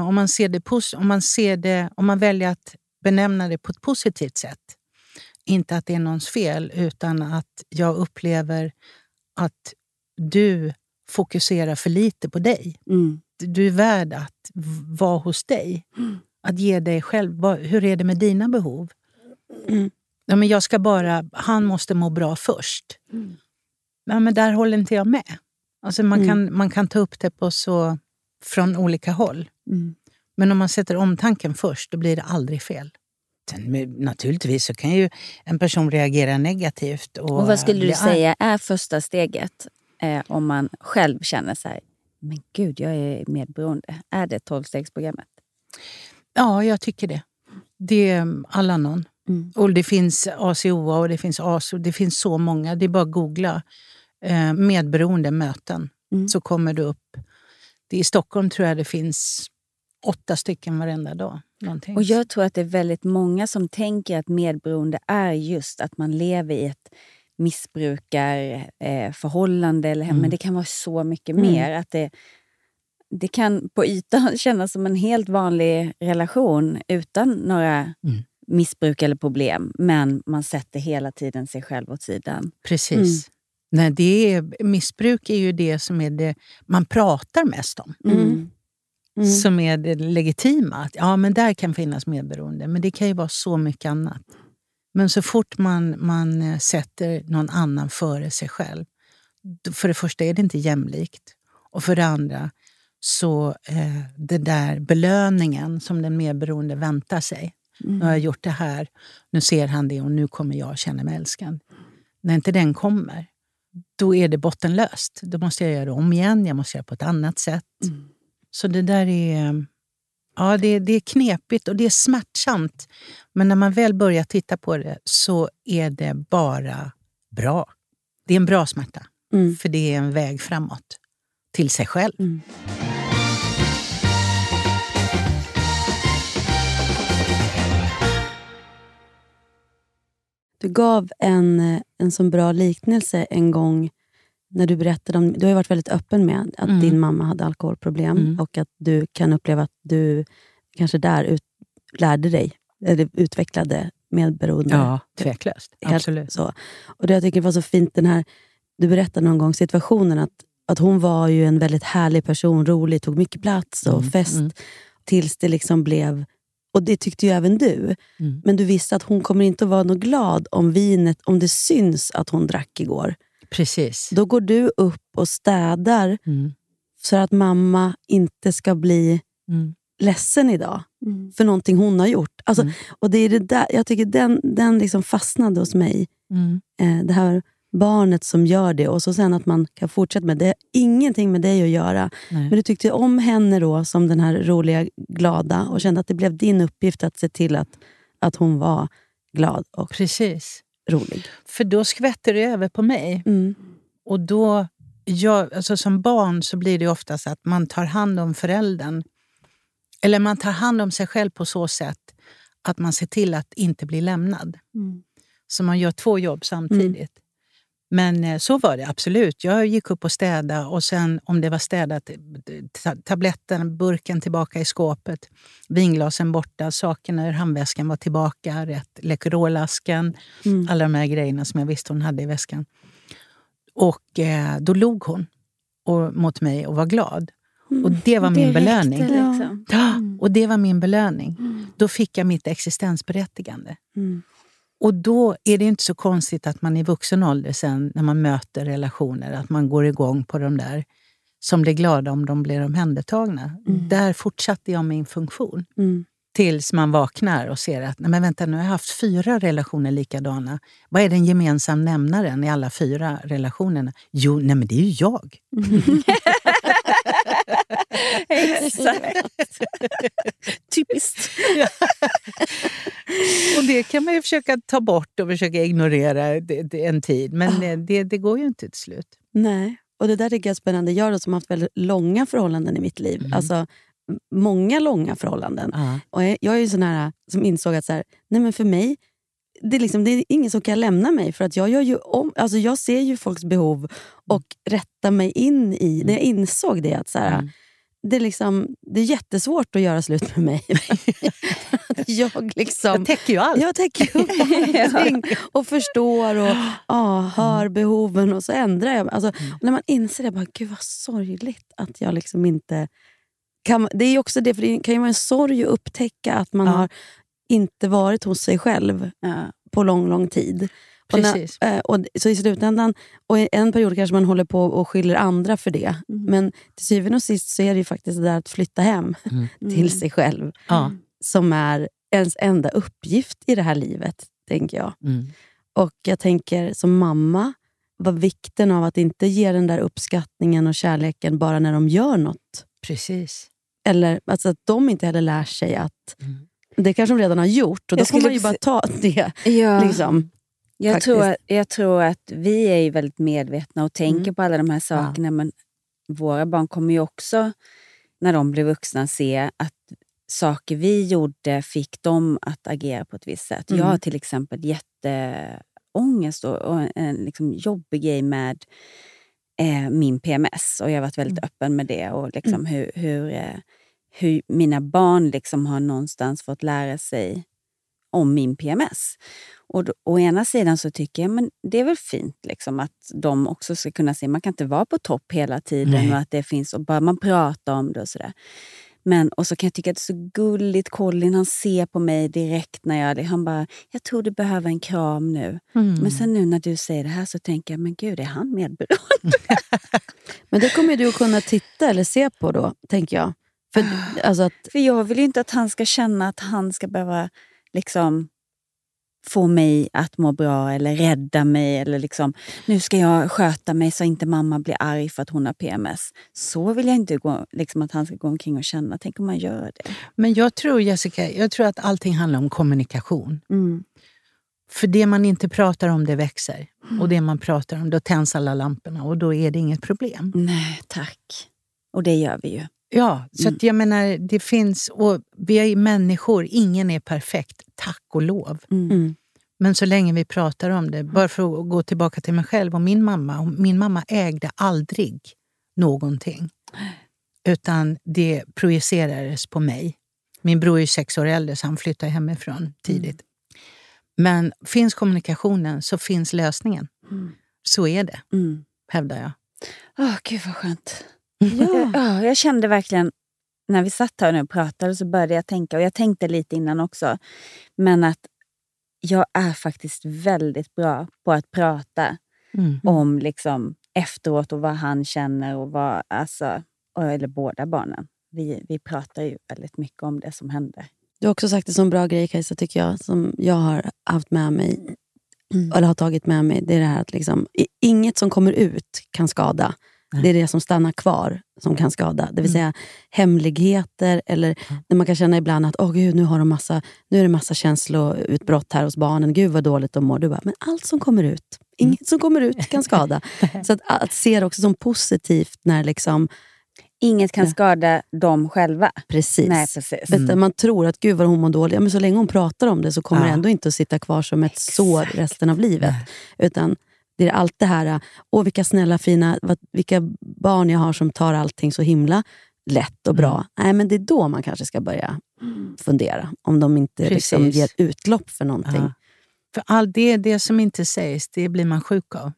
S8: om man väljer att benämna det på ett positivt sätt. Inte att det är någons fel, utan att jag upplever att du fokuserar för lite på dig. Du är värd att vara hos dig. Att ge dig själv, hur är det med dina behov? Ja, men han måste må bra först. Ja, men där håller inte jag med. Alltså man kan ta upp det från olika håll. Men om man sätter omtanken först, då blir det aldrig fel. Naturligtvis så kan ju en person reagera negativt. Och
S7: vad skulle du säga är första steget om man själv känner sig, men gud, jag är medberoende. Är det 12-stegsprogrammet?
S8: Ja, jag tycker det. Det är Al-Anon. Och det finns ACOA och det finns ASO. Det finns så många. Det är bara att googla medberoende möten. Så kommer det upp. I Stockholm tror jag det finns 8 stycken varenda dag. Någonting.
S7: Och jag tror att det är väldigt många som tänker att medberoende är just att man lever i ett missbrukarförhållande. Men det kan vara så mycket mer. Att det kan på ytan kännas som en helt vanlig relation utan några missbruk eller problem. Men man sätter hela tiden sig själv åt sidan.
S8: Precis. Nej, missbruk är ju det som är det man pratar mest om. Som är det legitima. Ja, men där kan finnas medberoende. Men det kan ju vara så mycket annat. Men så fort man sätter någon annan före sig själv. För det första är det inte jämlikt. Och för det andra så det där belöningen som den medberoende väntar sig. Nu har jag gjort det här. Nu ser han det och nu kommer jag känna mig älskad. När inte den kommer, då är det bottenlöst. Då måste jag göra det om igen. Jag måste göra det på ett annat sätt. Så det där är... Ja, det är knepigt och det är smärtsamt. Men när man väl börjar titta på det så är det bara bra. Det är en bra smärta. För det är en väg framåt till sig själv.
S6: Du gav en sån bra liknelse en gång när du berättade om, du har ju varit väldigt öppen med att din mamma hade alkoholproblem och att du kan uppleva att du kanske där lärde dig eller utvecklade medberoende.
S8: Ja, tveklöst. Absolut.
S6: Så. Och det jag tycker var så fint, den här, du berättade någon gång situationen att hon var ju en väldigt härlig person, rolig, tog mycket plats och fest tills det liksom blev, och det tyckte ju även du, men du visste att hon kommer inte att vara något glad om vinet, om det syns att hon drack igår.
S8: Precis.
S6: Då går du upp och städar så att mamma inte ska bli ledsen idag för någonting hon har gjort. Alltså, och det är det där, jag tycker den liksom fastnade hos mig. Det här barnet som gör det, och så sen att man kan fortsätta med det. Ingenting med dig att göra. Nej. Men du tyckte om henne då som den här roliga, glada, och kände att det blev din uppgift att se till att hon var glad och
S8: precis
S6: rolig.
S8: För då skvätter det över på mig. Och då, alltså som barn så blir det oftast att man tar hand om föräldern. Eller man tar hand om sig själv på så sätt att man ser till att inte bli lämnad. Så man gör 2 jobb samtidigt. Men så var det absolut. Jag gick upp och städade, och sen om det var städat, tabletten, burken tillbaka i skåpet, vinglasen borta, sakerna ur handväskan var tillbaka, rätt, Läkerolasken, alla de här grejerna som jag visste hon hade i väskan. Och då log hon mot mig och var glad. Och det var min belöning.
S7: Liksom.
S8: Och det var min belöning. Då fick jag mitt existensberättigande. Och då är det inte så konstigt att man i vuxen ålder sen, när man möter relationer, att man går igång på de där som blir glada om de blir omhändertagna. Där fortsatte jag min funktion. Tills man vaknar och ser att, nej men vänta, nu har jag haft 4 relationer likadana. Vad är den gemensam nämnaren i alla 4 relationerna? Jo, nej men det är ju jag.
S7: Exakt.
S8: Typiskt. Och det kan man ju försöka ta bort och försöka ignorera en tid. Men det går ju inte till slut.
S6: Nej, och det där tycker jag är spännande. Jag då, som har haft väldigt långa förhållanden i mitt liv. Alltså många långa förhållanden. Och jag är ju sån här som insåg att så här, nej men för mig, det är ingen som kan lämna mig, för att jag gör ju alltså jag ser ju folks behov och rättar mig in i. När jag insåg det, att så här, det är jättesvårt att göra slut med mig. jag
S8: täcker ju allt.
S6: Jag täcker upp allting och förstår och hör behoven, och så ändrar jag. Alltså, och när man inser det, bara, gud vad sorgligt att jag liksom inte kan. Det är ju också det, för det kan ju vara en sorg att upptäcka att man har inte varit hos sig själv på lång tid.
S8: Precis.
S6: Och så i slutändan, och i en period kanske man håller på och skyller andra för det. Men till syvende och sist så är det ju faktiskt det där att flytta hem till sig själv. Som är ens enda uppgift i det här livet, tänker jag. Och jag tänker som mamma, vad vikten av att inte ge den där uppskattningen och kärleken bara när de gör något.
S8: Precis.
S6: Eller alltså att de inte heller lär sig att det kanske de redan har gjort, och då får man ju bara ta det. Liksom.
S7: Jag tror att vi är ju väldigt medvetna och tänker på alla de här sakerna, men våra barn kommer ju också, när de blir vuxna, se att saker vi gjorde fick dem att agera på ett visst sätt. Jag har till exempel jätteångest och en liksom jobbig grej med min PMS, och jag har varit väldigt öppen med det, och liksom hur mina barn liksom har någonstans fått lära sig om min PMS. Och å ena sidan så tycker jag, men det är väl fint liksom, att de också ska kunna se, man kan inte vara på topp hela tiden. Och att det finns, och bara man pratar om det och sådär. Men, och så kan jag tycka att det är så gulligt, Colin, han ser på mig direkt när han bara, jag tror du behöver en kram nu. Men sen nu när du säger det här så tänker jag, men gud, är han medberoende?
S6: Men det kommer du att kunna titta eller se på då, tänker jag. För
S7: jag vill ju inte att han ska känna att han ska behöva liksom få mig att må bra eller rädda mig, eller liksom, nu ska jag sköta mig så inte mamma blir arg för att hon har PMS. Så vill jag inte gå, liksom, att han ska gå omkring och känna. Tänk om man gör det.
S8: Men jag tror, Jessica, att allting handlar om kommunikation. För det man inte pratar om, det växer. Och det man pratar om, då tänds alla lamporna, och då är det inget problem.
S7: Nej, tack. Och det gör vi ju.
S8: Ja, så att jag menar, det finns, och vi är människor, ingen är perfekt, tack och lov. Men så länge vi pratar om det, bara för att gå tillbaka till mig själv och min mamma ägde aldrig någonting. Utan det projicerades på mig. Min bror är 6 år äldre så han flyttade hemifrån tidigt. Men finns kommunikationen så finns lösningen. Så är det, hävdar jag.
S7: Gud vad skönt. Jag kände verkligen, när vi satt här nu och pratade så började jag tänka, och jag tänkte lite innan också, men att jag är faktiskt väldigt bra på att prata om liksom efteråt och vad han känner och vad, alltså, eller båda barnen. Vi pratar ju väldigt mycket om det som händer.
S6: Du har också sagt det som bra grej, Kajsa, tycker jag, som jag har haft med mig eller har tagit med mig. Det är det här att liksom, inget som kommer ut kan skada. Det är det som stannar kvar som kan skada. Det vill säga hemligheter eller när man kan känna ibland att gud, nu är det massa känsloutbrott här hos barnen. Gud vad dåligt de mår. Du bara, men allt som kommer ut, inget som kommer ut kan skada. Så att se det också som positivt när liksom
S7: inget kan skada dem själva.
S6: Precis. Nej, precis. Man tror att gud vad hon mår dåligt. Men så länge hon pratar om det så kommer det ändå inte att sitta kvar som ett sår resten av livet. Utan det är allt det här, vilka snälla, fina, vilka barn jag har som tar allting så himla lätt och bra. Nej, men det är då man kanske ska börja fundera. Om de inte liksom ger utlopp för någonting.
S8: Ja. För allt det som inte sägs, det blir man sjuk av.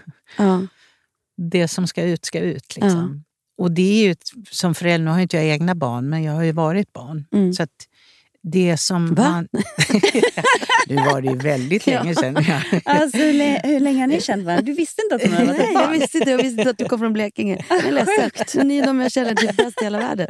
S8: Det som ska ut liksom. Och det är ju, som förälder, nu har inte jag egna barn, men jag har ju varit barn. Så att det som man... Nu var det ju väldigt länge sedan.
S7: Alltså, hur länge har ni känt varandra? Du visste inte att hon hade varit barn?
S6: Nej, jag visste inte att du kom från Blekinge. Jag är ledsen. Ni är de jag känner till bäst i hela världen.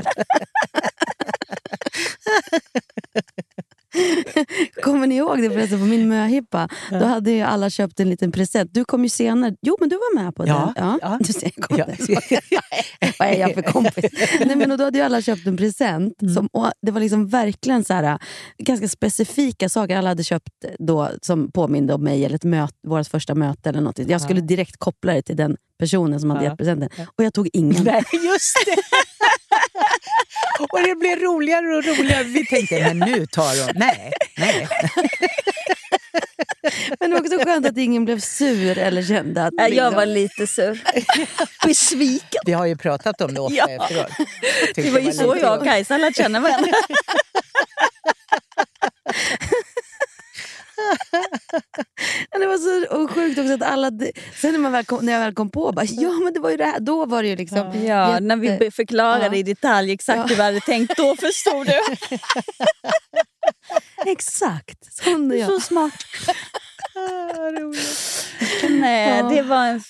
S6: Kommer ni ihåg det förresten på min möhippa? Då hade ju alla köpt en liten present. Du kom ju senare. Jo, men du var med på det. Ja. Du ser, vad är jag för kompis? Nej, men då hade ju alla köpt en present. Och det var liksom verkligen så här, ganska specifika saker alla hade köpt då som påminde om mig eller vårt första möte eller något. Jag skulle direkt koppla det till den personen som hade gett presenten. Och jag tog ingen.
S8: Nej, just det. Och det blev roligare och roligare. Vi tänkte, men nu tar de. Nej.
S6: Men det var också skönt att ingen blev sur eller kände att...
S7: Jag var lite sur. Besviken.
S8: Vi har ju pratat om det ofta efteråt.
S7: Det var ju så jag och Kajsa lät känna varandra.
S6: Det var så sjukt också att alla... Sen när jag väl kom på, bara, men det var ju det här. Då var det ju liksom...
S7: när vi förklarade i detalj exakt hur vi hade tänkt, då förstod du.
S6: Exakt, sån är jag.
S7: Så smart. Nej, det var en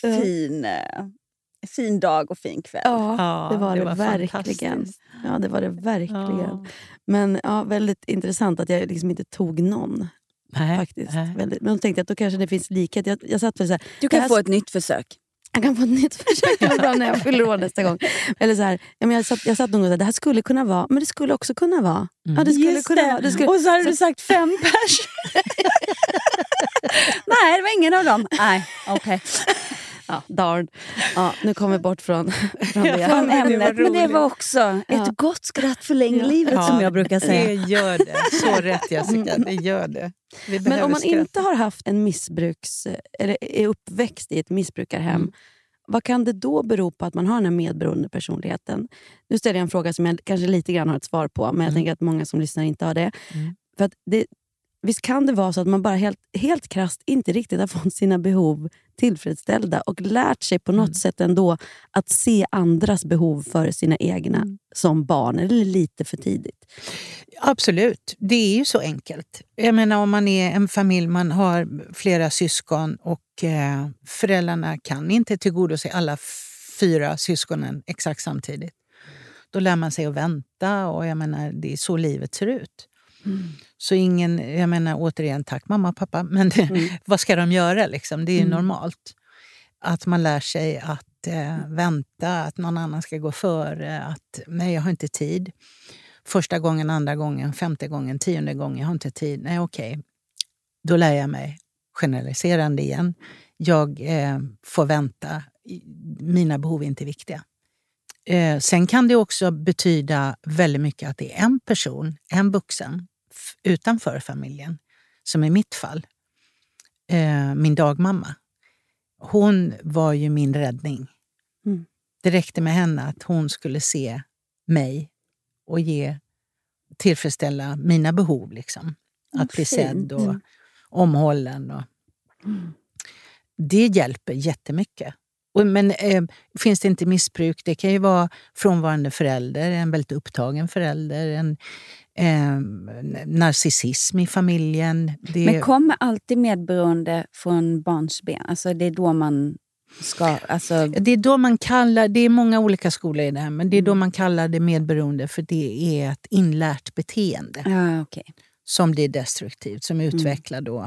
S7: fin dag och fin kväll.
S6: Ja, det var det verkligen. Ja, det var det verkligen. Ja. Men väldigt intressant att jag liksom inte tog någon.
S8: Nej,
S6: faktiskt. Väldigt. Men jag tänkte att då kanske det finns likhet. Jag satt väl så här,
S7: du kan få ett nytt försök.
S6: Jag kan få ett nytt försök. Det var bra när jag fyller år nästa gång. Eller så här, jag satt någon gång och det här skulle kunna vara, men det skulle också kunna vara. Ja, det skulle kunna vara.
S7: Och så hade du sagt 5 pers. Nej, det var ingen av dem. Nej, okej.
S6: Ja, darn. Ja, nu kommer vi bort från
S7: ämnet. Men det var också ett gott skratt förlänger livet, som jag brukar säga.
S8: Det gör det. Så rätt, Jessica. Det gör det.
S6: Men om man inte har haft en eller är uppväxt i ett missbrukarhem, vad kan det då bero på att man har den här medberoende personligheten? Nu ställer jag en fråga som jag kanske lite grann har ett svar på, men jag tänker att många som lyssnar inte har det. För att visst kan det vara så att man bara helt krasst inte riktigt har fått sina behov tillfredsställda och lärt sig på något sätt ändå att se andras behov för sina egna som barn, eller lite för tidigt?
S8: Absolut, det är ju så enkelt. Jag menar, om man är en familj, man har flera syskon och föräldrarna kan inte tillgodose alla 4 syskonen exakt samtidigt. Då lär man sig att vänta, och jag menar, det är så livet ser ut. Så jag menar återigen, tack mamma och pappa, men vad ska de göra liksom? Det är ju normalt att man lär sig att vänta, att någon annan ska gå före, att nej, jag har inte tid. Första gången, andra gången, 5:e gången, 10:e gången, jag har inte tid. Nej, okej. Då lär jag mig generaliserande igen. Jag får vänta, mina behov är inte viktiga. Sen kan det också betyda väldigt mycket att det är en person, en vuxen utanför familjen, som i mitt fall, min dagmamma. Hon var ju min räddning. Det räckte med henne att hon skulle se mig och tillfredsställa mina behov. Liksom. Att bli sedd och omhållen. Och det hjälper jättemycket. Men finns det inte missbruk, det kan ju vara frånvarande förälder, en väldigt upptagen förälder, en narcissism i familjen.
S7: Men kommer alltid medberoende från barnsben? Alltså det är då man ska... Alltså...
S8: Det är då man kallar, det är många olika skolor i det här, men det är då man kallar det medberoende, för det är ett inlärt beteende.
S7: Ja, okay.
S8: Som blir destruktivt, som utvecklar då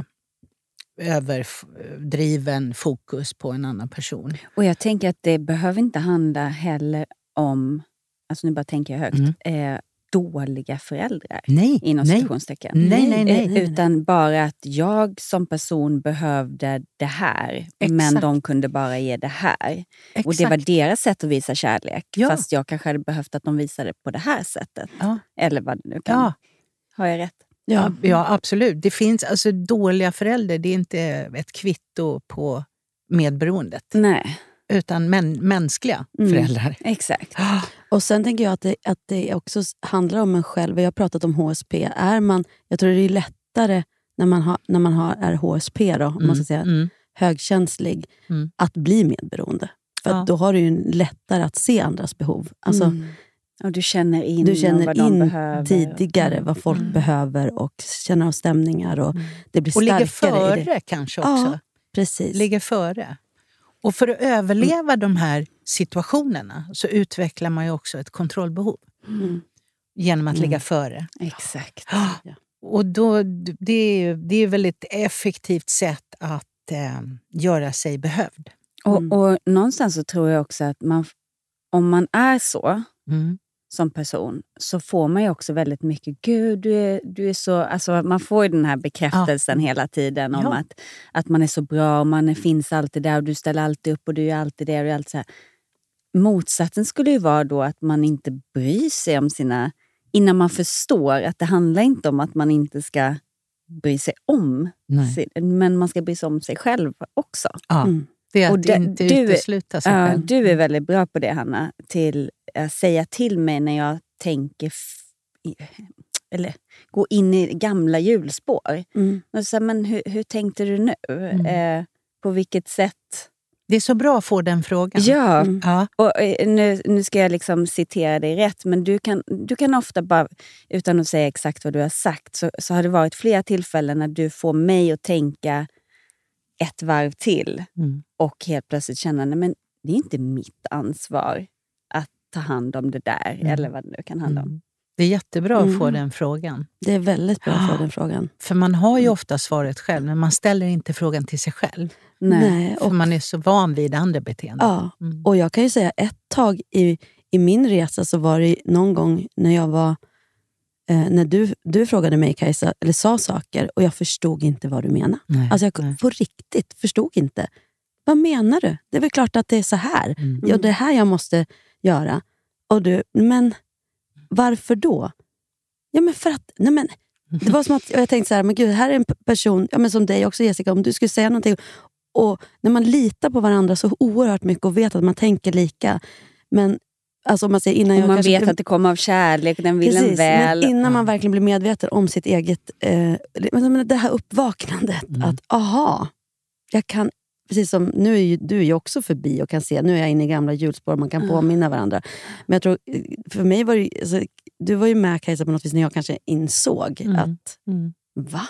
S8: överdriven fokus på en annan person.
S7: Och jag tänker att det behöver inte handla heller om, alltså nu bara tänker jag högt, dåliga föräldrar.
S8: Nej,
S7: inom citationstecken.
S8: Nej.
S7: Utan bara att jag som person behövde det här.
S8: Exakt.
S7: Men de kunde bara ge det här.
S8: Exakt.
S7: Och det var deras sätt att visa kärlek.
S8: Ja.
S7: Fast jag kanske hade behövt att de visade på det här sättet.
S8: Ja.
S7: Eller vad det nu kan.
S8: Ja.
S7: Har jag rätt?
S8: Ja, absolut. Det finns alltså dåliga föräldrar. Det är inte ett kvitto på medberoendet.
S7: Nej.
S8: Utan mänskliga föräldrar.
S7: Exakt.
S6: Och sen tänker jag att det också handlar om en själv. Jag har pratat om HSP. Jag tror det är lättare när man är HSP då, om man ska säga, högkänslig, att bli medberoende. För att då har du ju lättare att se andras behov. Alltså,
S7: och du känner in vad de behöver.
S6: Tidigare vad folk behöver och känner av stämningar. Och det blir starkare.
S8: Och ligger före kanske också.
S6: Ja, precis.
S8: Ligger före. Och för att överleva de här situationerna så utvecklar man ju också ett kontrollbehov. Genom att ligga före.
S7: Exakt.
S8: Och då, det är väl ett effektivt sätt att göra sig behövd.
S7: Och någonstans så tror jag också att om man är så som person, så får man ju också väldigt mycket, gud du är så, alltså man får ju den här bekräftelsen hela tiden om att man är så bra och man finns alltid där och du ställer alltid upp och du är alltid där och allt så här. Motsatsen skulle ju vara då att man inte bryr sig om innan man förstår att det handlar inte om att man inte ska bry sig om men man ska bry sig om sig själv också.
S8: Ja. Det är att inte utesluta sig själv.
S7: Du är väldigt bra på det, Hanna, till att säga till mig när jag tänker eller gå in i gamla hjulspår. Och så, men hur tänkte du nu? På vilket sätt?
S8: Det är så bra att få den frågan.
S7: Ja. Och nu ska jag liksom citera dig rätt, men du kan ofta bara, utan att säga exakt vad du har sagt, så har det varit flera tillfällen när du får mig att tänka ett varv till och helt plötsligt känna, nej men det är inte mitt ansvar att ta hand om det där eller vad det nu kan handla om.
S8: Det är jättebra att få den frågan.
S6: Det är väldigt bra att få den frågan.
S8: För man har ju ofta svaret själv, men man ställer inte frågan till sig själv.
S6: Nej.
S8: För man är så van vid andra beteenden.
S6: Ja, och jag kan ju säga ett tag i min resa så var det någon gång när jag var när du frågade mig, Kajsa, eller sa saker och jag förstod inte vad du menade. Alltså jag på riktigt förstod inte. Vad menar du? Det är väl klart att det är så här. Ja, det här jag måste göra. Och du, men varför då? Ja, men för att, nej men, det var som att jag tänkte så här, men gud, här är en person, ja men som dig också Jessica, om du skulle säga någonting. Och när man litar på varandra så oerhört mycket och vet att man tänker lika. Men alltså om man säger innan
S7: och man vet att det kommer av kärlek, den vill en väl.
S6: Men innan man verkligen blir medveten om sitt eget det här uppvaknandet att jag kan, precis som nu är du är ju också förbi och kan se, nu är jag inne i gamla hjulspår och man kan påminna varandra. Men jag tror, för mig var det alltså, du var ju med, Kajsa, på något vis när jag kanske insåg att va?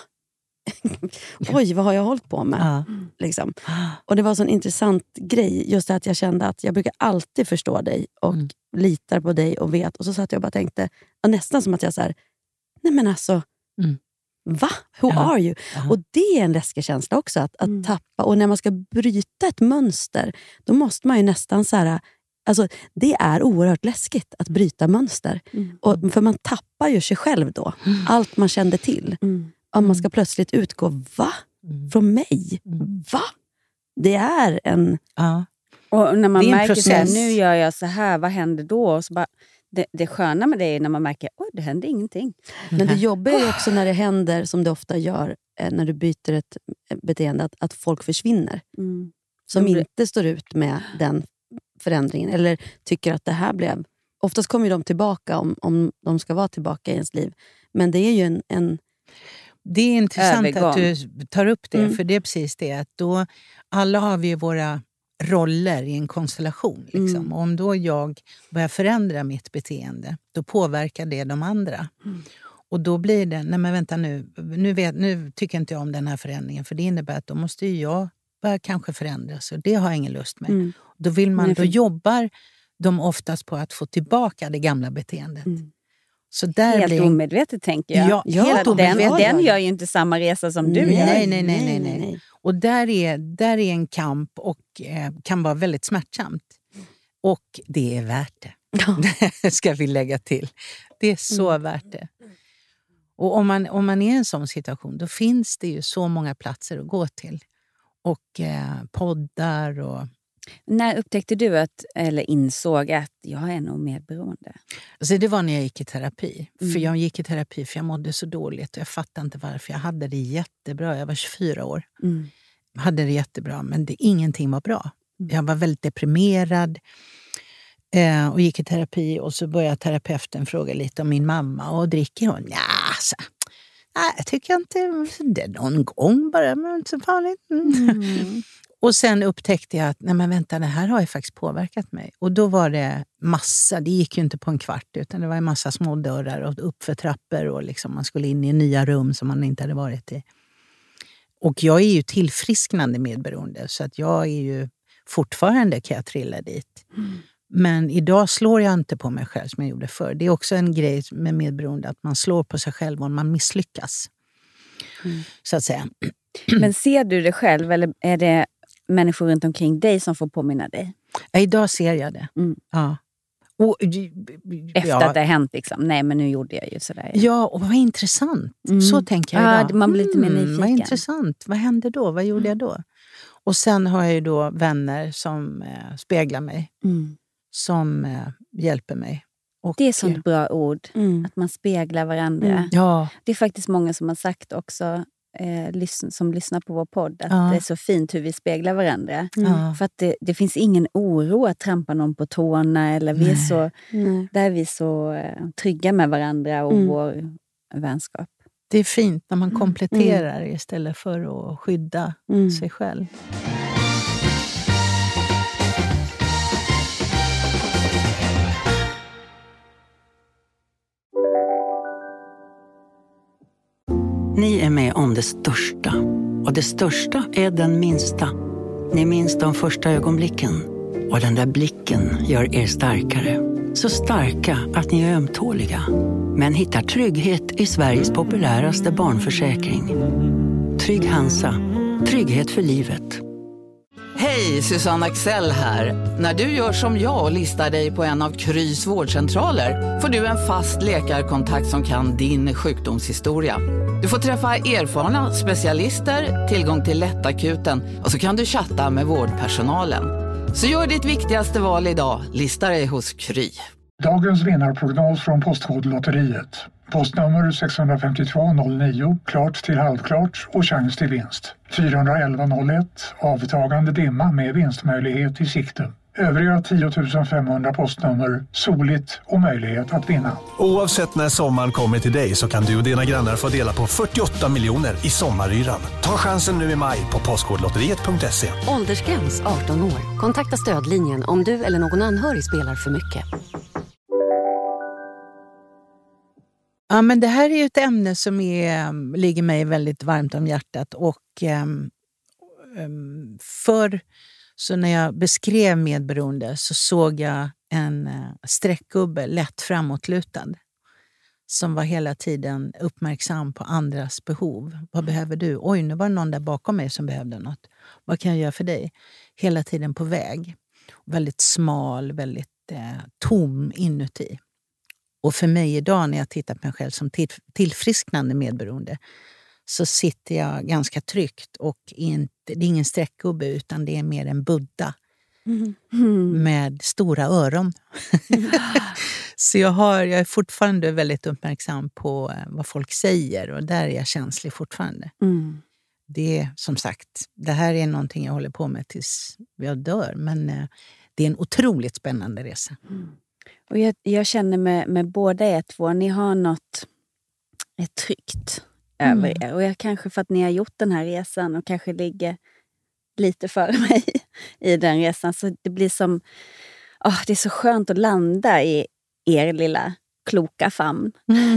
S6: Oj, vad har jag hållit på med? Liksom. Och det var en sån intressant grej, just det att jag kände att jag brukar alltid förstå dig och litar på dig och vet. Och så satt jag och bara tänkte, nästan som att jag så här, nej men alltså va? Who are you? Och det är en läskig känsla också, att tappa. Och när man ska bryta ett mönster, då måste man ju nästan så här, alltså det är oerhört läskigt att bryta mönster. Och, för man tappar ju sig själv då. Allt man kände till. Om man ska plötsligt utgå, va? Från mig? Va? Det är en...
S7: Och när man märker så här, nu gör jag så här, vad händer då? Och så bara, det sköna med det är när man märker, oj, det händer ingenting.
S6: Men det jobbar ju också när det händer, som det ofta gör, när du byter ett beteende att folk försvinner. Som inte står ut med den förändringen. Eller tycker att det här blev... Oftast kommer de tillbaka om de ska vara tillbaka i ens liv. Men det är ju en
S8: det är intressant
S6: övergång.
S8: Att du tar upp det. För det är precis det. Att då, alla har vi våra roller i en konstellation. Liksom. Och om då jag börjar förändra mitt beteende, då påverkar det de andra. Och då blir det, nej men vänta nu tycker inte jag om den här förändringen. För det innebär att då måste ju jag börja kanske förändras. Och det har jag ingen lust med. Då vill man, då jobbar de oftast på att få tillbaka det gamla beteendet. Så där
S7: helt omedvetet tänker jag.
S8: Ja, helt omedvetet.
S7: Den gör ju inte samma resa som du gör.
S8: Nej. Och där är en kamp och kan vara väldigt smärtsamt. Och det är värt det. Ska vi lägga till. Det är så värt det. Och om man är i en sån situation, då finns det ju så många platser att gå till. Och poddar och...
S7: När upptäckte du eller insåg att jag är nog medberoende?
S8: Alltså det var när jag gick i terapi. För jag gick i terapi för jag mådde så dåligt. Och jag fattade inte varför. Jag hade det jättebra. Jag var 24 år. Jag hade det jättebra. Men ingenting var bra. Jag var väldigt deprimerad. Och gick i terapi. Och så började terapeuten fråga lite om min mamma. Och dricker hon? Nej, jag tycker inte. Det är någon gång bara. Men inte så farligt. Och sen upptäckte jag att nej men vänta, det här har ju faktiskt påverkat mig. Och då var det massa, det gick ju inte på en kvart utan det var en massa små dörrar och uppför trappor och liksom man skulle in i nya rum som man inte hade varit i. Och jag är ju tillfrisknande medberoende så att jag är ju fortfarande kan jag trilla dit. Men idag slår jag inte på mig själv som jag gjorde förr. Det är också en grej med medberoende att man slår på sig själv om man misslyckas. Så att säga. Men
S7: ser du det själv eller är det människor runt omkring dig som får påminna dig?
S8: Ja, idag ser jag det. Ja. Och,
S7: efter att det har hänt liksom. Nej, men nu gjorde jag ju sådär.
S8: Ja, och vad intressant. Så tänker jag idag.
S7: Man blir lite mer nyfiken.
S8: Vad intressant. Vad hände då? Vad gjorde jag då? Och sen har jag ju då vänner som speglar mig. Som hjälper mig. Och,
S7: det är sånt bra ord. Att man speglar varandra.
S8: Ja.
S7: Det är faktiskt många som har sagt också som lyssnar på vår podd att det är så fint hur vi speglar varandra. För att det finns ingen oro att trampa någon på tårna eller vi är så, där är vi så trygga med varandra och vår vänskap.
S8: Det är fint när man kompletterar istället för att skydda sig själv.
S14: Ni är med om det största. Och det största är den minsta. Ni minns de första ögonblicken. Och den där blicken gör er starkare. Så starka att ni är ömtåliga. Men hittar trygghet i Sveriges populäraste barnförsäkring. Trygg Hansa. Trygghet för livet.
S15: Hej, Susanne Axel här. När du gör som jag och listar dig på en av Krys vårdcentraler får du en fast läkarkontakt som kan din sjukdomshistoria. Du får träffa erfarna specialister, tillgång till lättakuten och så kan du chatta med vårdpersonalen. Så gör ditt viktigaste val idag, lista dig hos Kry.
S16: Dagens vinnarprognos från Postkodlotteriet. Postnummer 65209, klart till halvklart och chans till vinst. 41101, avtagande dimma med vinstmöjlighet i sikte. Övriga 10 500 postnummer, soligt och möjlighet att vinna.
S17: Oavsett när sommaren kommer till dig så kan du och dina grannar få dela på 48 miljoner i sommaryran. Ta chansen nu i maj på postkodlotteriet.se.
S18: Åldersgräns 18 år. Kontakta stödlinjen om du eller någon anhörig spelar för mycket.
S8: Ja, men det här är ju ett ämne som ligger mig väldigt varmt om hjärtat. Och förr så när jag beskrev medberoende så såg jag en streckgubbe lätt framåtlutad. Som var hela tiden uppmärksam på andras behov. Vad behöver du? Oj, nu var det någon där bakom mig som behövde något. Vad kan jag göra för dig? Hela tiden på väg. Väldigt smal, väldigt tom inuti. Och för mig idag när jag tittar på mig själv som tillfrisknande medberoende så sitter jag ganska tryggt och det är ingen streckgubbe utan det är mer en Buddha med stora öron. Så jag är fortfarande väldigt uppmärksam på vad folk säger. Och där är jag känslig fortfarande. Det är som sagt, det här är någonting jag håller på med tills jag dör. Men det är en otroligt spännande resa.
S7: Och jag känner med båda er två, ni har något tryggt över er. Och jag kanske för att ni har gjort den här resan och kanske ligger lite före mig i den resan. Så det blir som, det är så skönt att landa i er lilla kloka famn.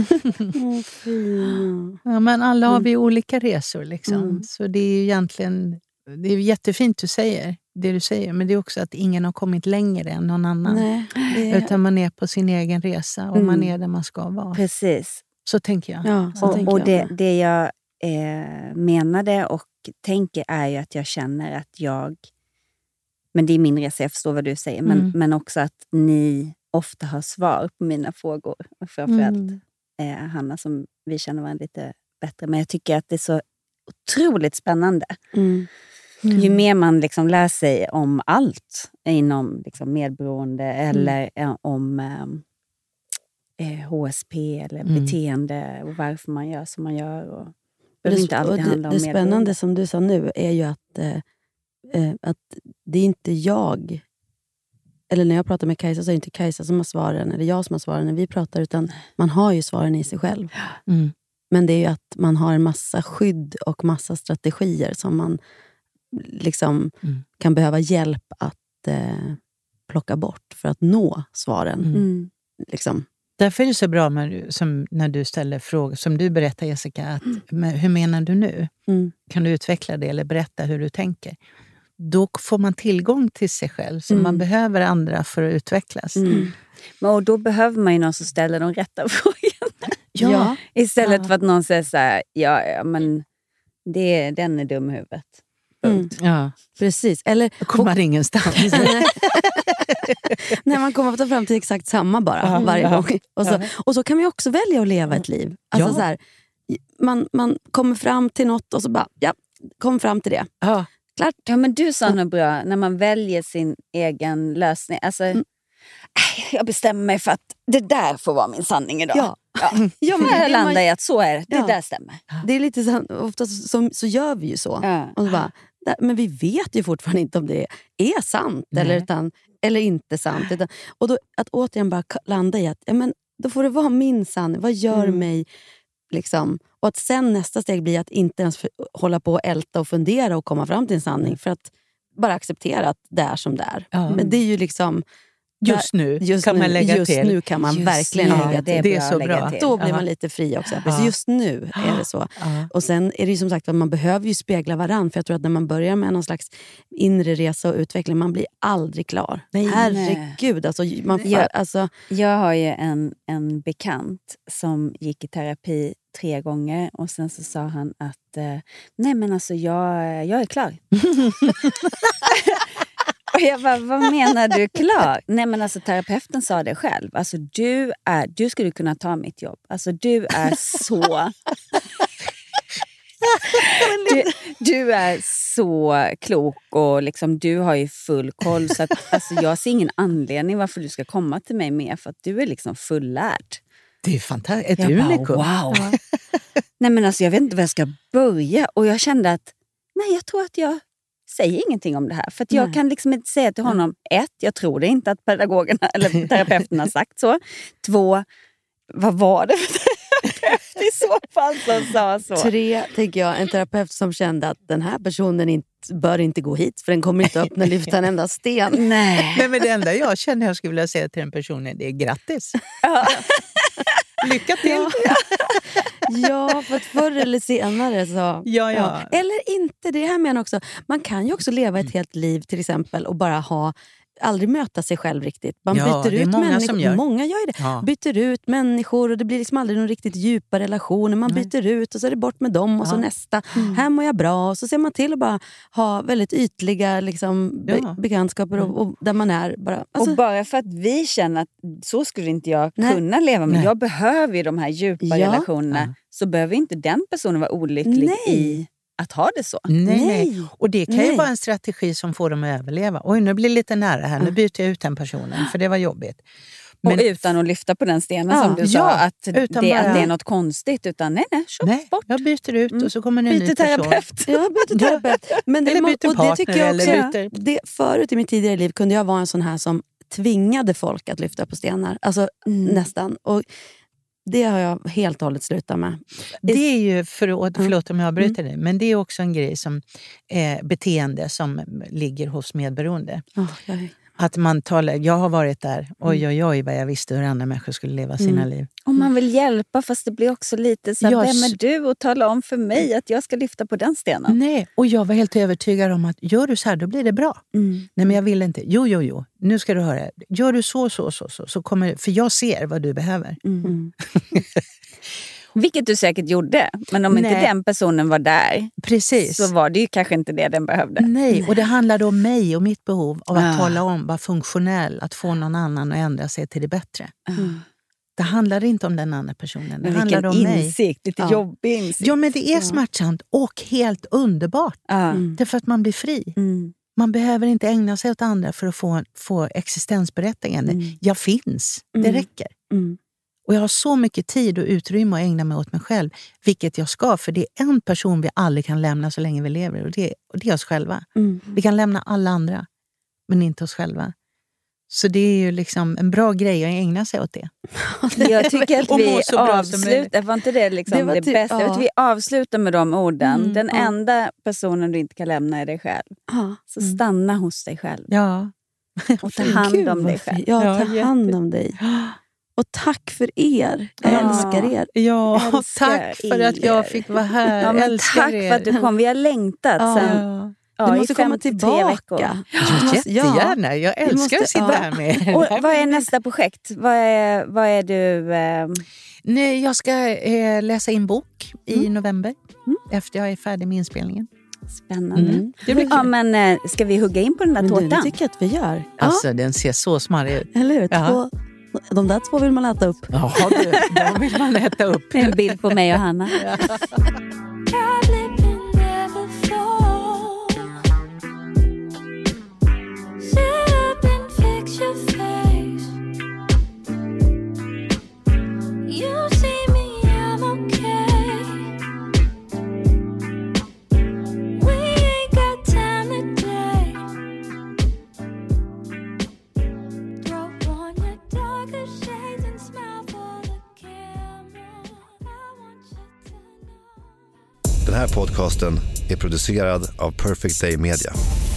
S8: Ja, men alla har vi olika resor liksom. Så det är ju egentligen, det är jättefint du säger, det du säger. Men det är också att ingen har kommit längre än någon annan. Nej, utan man är på sin egen resa och man är där man ska vara.
S7: Precis.
S8: Så tänker jag.
S7: Ja, det jag menade och tänker är ju att jag känner att men det är min resa, jag förstår vad du säger, men också att ni ofta har svar på mina frågor. Och framförallt Hanna som vi känner varandra lite bättre. Men jag tycker att det är så otroligt spännande. Ju mer man liksom lär sig om allt inom liksom medberoende eller om HSP eller beteende och varför man gör som man gör. Och det inte alltid handla om
S6: det spännande som du sa nu är ju att det är inte jag, eller när jag pratar med Kajsa så är det inte Kajsa som har svaren eller jag som har svaren när vi pratar, utan man har ju svaren i sig själv. Men det är ju att man har en massa skydd och massa strategier som man liksom kan behöva hjälp att plocka bort för att nå svaren. Liksom.
S8: Därför är det så bra som när du ställer frågor, som du berättar Jessica, att, hur menar du nu? Kan du utveckla det eller berätta hur du tänker? Då får man tillgång till sig själv, så man behöver andra för att utveckls.
S7: Och då behöver man ju någon som ställer de rätta frågorna. Istället för att någon säger så här, men den är dum i huvudet.
S6: Ja, precis. Eller
S8: då kommer man ingenstans.
S6: Nej, man kommer att ta fram till exakt samma bara varje gång. Och så kan man ju också välja att leva ett liv. Alltså så här, man kommer fram till något och så bara, kom fram till det. Klart.
S7: Ja, men du sa något bra, när man väljer sin egen lösning. Alltså, jag bestämmer mig för att det där får vara min sanning idag. Ja, men jag landar i att så är det. Det där stämmer.
S6: Det är lite så, ofta så gör vi ju så. Och så bara, men vi vet ju fortfarande inte om det är sant eller inte sant. Och då, att återigen bara landa i att då får det vara min sanning. Vad gör mig liksom? Och att sen nästa steg blir att inte ens hålla på och älta och fundera och komma fram till en sanning. För att bara acceptera att det är som det är. Men det är ju liksom...
S8: Just nu kan man lägga till.
S6: Just nu kan man verkligen lägga till.
S8: Det är så bra.
S6: Då blir man lite fri också. Precis, just nu är det så. Och sen är det ju som sagt att man behöver ju spegla varann. För jag tror att när man börjar med någon slags inre resa och utveckling, man blir aldrig klar. Herregud. Alltså,
S7: jag har ju en bekant som gick i terapi 3 gånger. Och sen så sa han att nej men alltså jag är klar. Och jag bara, vad menar du klar? Nej men alltså terapeuten sa det själv. Alltså du skulle kunna ta mitt jobb. Alltså du är så... du är så klok och liksom, du har ju full koll. Så att, alltså, jag ser ingen anledning varför du ska komma till mig mer. För att du är liksom fullärd.
S8: Det är fantastiskt. Ett unikum.
S7: Wow. Nej men alltså jag vet inte var jag ska börja. Och jag kände att, nej jag tror att jag säger ingenting om det här. För att jag kan liksom inte säga till honom, 1, jag tror det inte att pedagogerna eller terapeuterna har sagt så. 2, vad var det för terapeut i så fall som sa så?
S6: 3, tänker jag, en terapeut som kände att den här personen bör inte gå hit, för den kommer inte öppna lyfta en enda sten.
S8: Nej, men det enda jag känner jag skulle vilja säga till den personen, det är grattis. Lycka till!
S6: Ja, för att förr eller senare så... Ja. Eller inte, det här menar också. Man kan ju också leva ett helt liv till exempel och bara aldrig möta sig själv riktigt. Man byter ut människor. Många gör det. Ja. Byter ut människor och det blir liksom aldrig någon riktigt djupa relationer. Man byter ut och så är det bort med dem och så nästa. Här mår jag bra. Och så ser man till att bara ha väldigt ytliga liksom, bekantskaper och där man är bara... Alltså,
S7: och bara för att vi känner att så skulle inte jag kunna leva med. Jag behöver ju de här djupa relationerna. Så behöver inte den personen vara olycklig i att ha det så.
S8: Nej. Och det kan ju vara en strategi som får dem att överleva. Oj, nu blir det lite nära här. Nu byter jag ut den personen, för det var jobbigt.
S7: Och utan att lyfta på den stenen som du sa, att det är något konstigt. Utan nej, bort.
S8: Jag byter ut och så kommer en ny person.
S7: Terapeut.
S6: Ja, byter terapeut. Men
S8: eller byter partner.
S6: Och det tycker jag också, förut i mitt tidigare liv kunde jag vara en sån här som tvingade folk att lyfta på stenar. Alltså nästan. Och det har jag helt och hållet slutat med.
S8: Det är ju, förlåt om jag avbryter dig, men det är också en grej som beteende som ligger hos medberoende. Att man talar, jag har varit där, oj vad jag visste hur andra människor skulle leva sina liv.
S7: Och man vill hjälpa, fast det blir också lite så här, vem är du och tala om för mig att jag ska lyfta på den stenen?
S8: Nej, och jag var helt övertygad om att gör du så här, då blir det bra. Nej, men jag vill inte. Jo, nu ska du höra. Gör du så kommer, för jag ser vad du behöver.
S7: Vilket du säkert gjorde. Men om inte den personen var där,
S8: precis,
S7: så var det ju kanske inte det den behövde.
S8: Nej, och det handlade om mig och mitt behov av att tala om, vara funktionell, att få någon annan att ändra sig till det bättre. Det handlade inte om den andra personen. Det handlade om mig.
S7: Insikt, lite jobbig insikt.
S8: Ja, men det är smärtsamt och helt underbart. Därför att man blir fri. Man behöver inte ägna sig åt andra för att få existensberättigande. Jag finns, det räcker. Och jag har så mycket tid och utrymme att ägna mig åt mig själv. Vilket jag ska, för det är en person vi aldrig kan lämna så länge vi lever. Och det är oss själva. Vi kan lämna alla andra, men inte oss själva. Så det är ju liksom en bra grej att ägna sig åt det.
S7: Jag tycker att vi avslutar, var inte det liksom det bästa? Ja. Vi avslutar med de orden. Den enda personen du inte kan lämna är dig själv. Så stanna hos dig själv.
S8: Ja.
S7: Och ta hand om dig själv.
S6: Ja, ta hand om dig. Och tack för er. Jag älskar er.
S8: Ja, tack för att jag fick vara här.
S7: Ja, men tack för att du kom. Vi har längtat sen.
S6: Du måste komma tillbaka.
S8: Jättegärna. Jag älskar att sitta här med er.
S7: Och vad är nästa projekt? Vad är du...
S8: Nej, jag ska läsa in bok i november. Efter jag är färdig med inspelningen.
S7: Spännande. Ja, men ska vi hugga in på den där tårtan?
S6: Det tycker jag att vi gör.
S8: Alltså, den ser så smarrig ut.
S6: Eller hur? De där två vill man äta upp.
S8: Ja, de vill man äta upp.
S7: En bild på mig och Hanna.
S19: Den här podcasten är producerad av Perfect Day Media.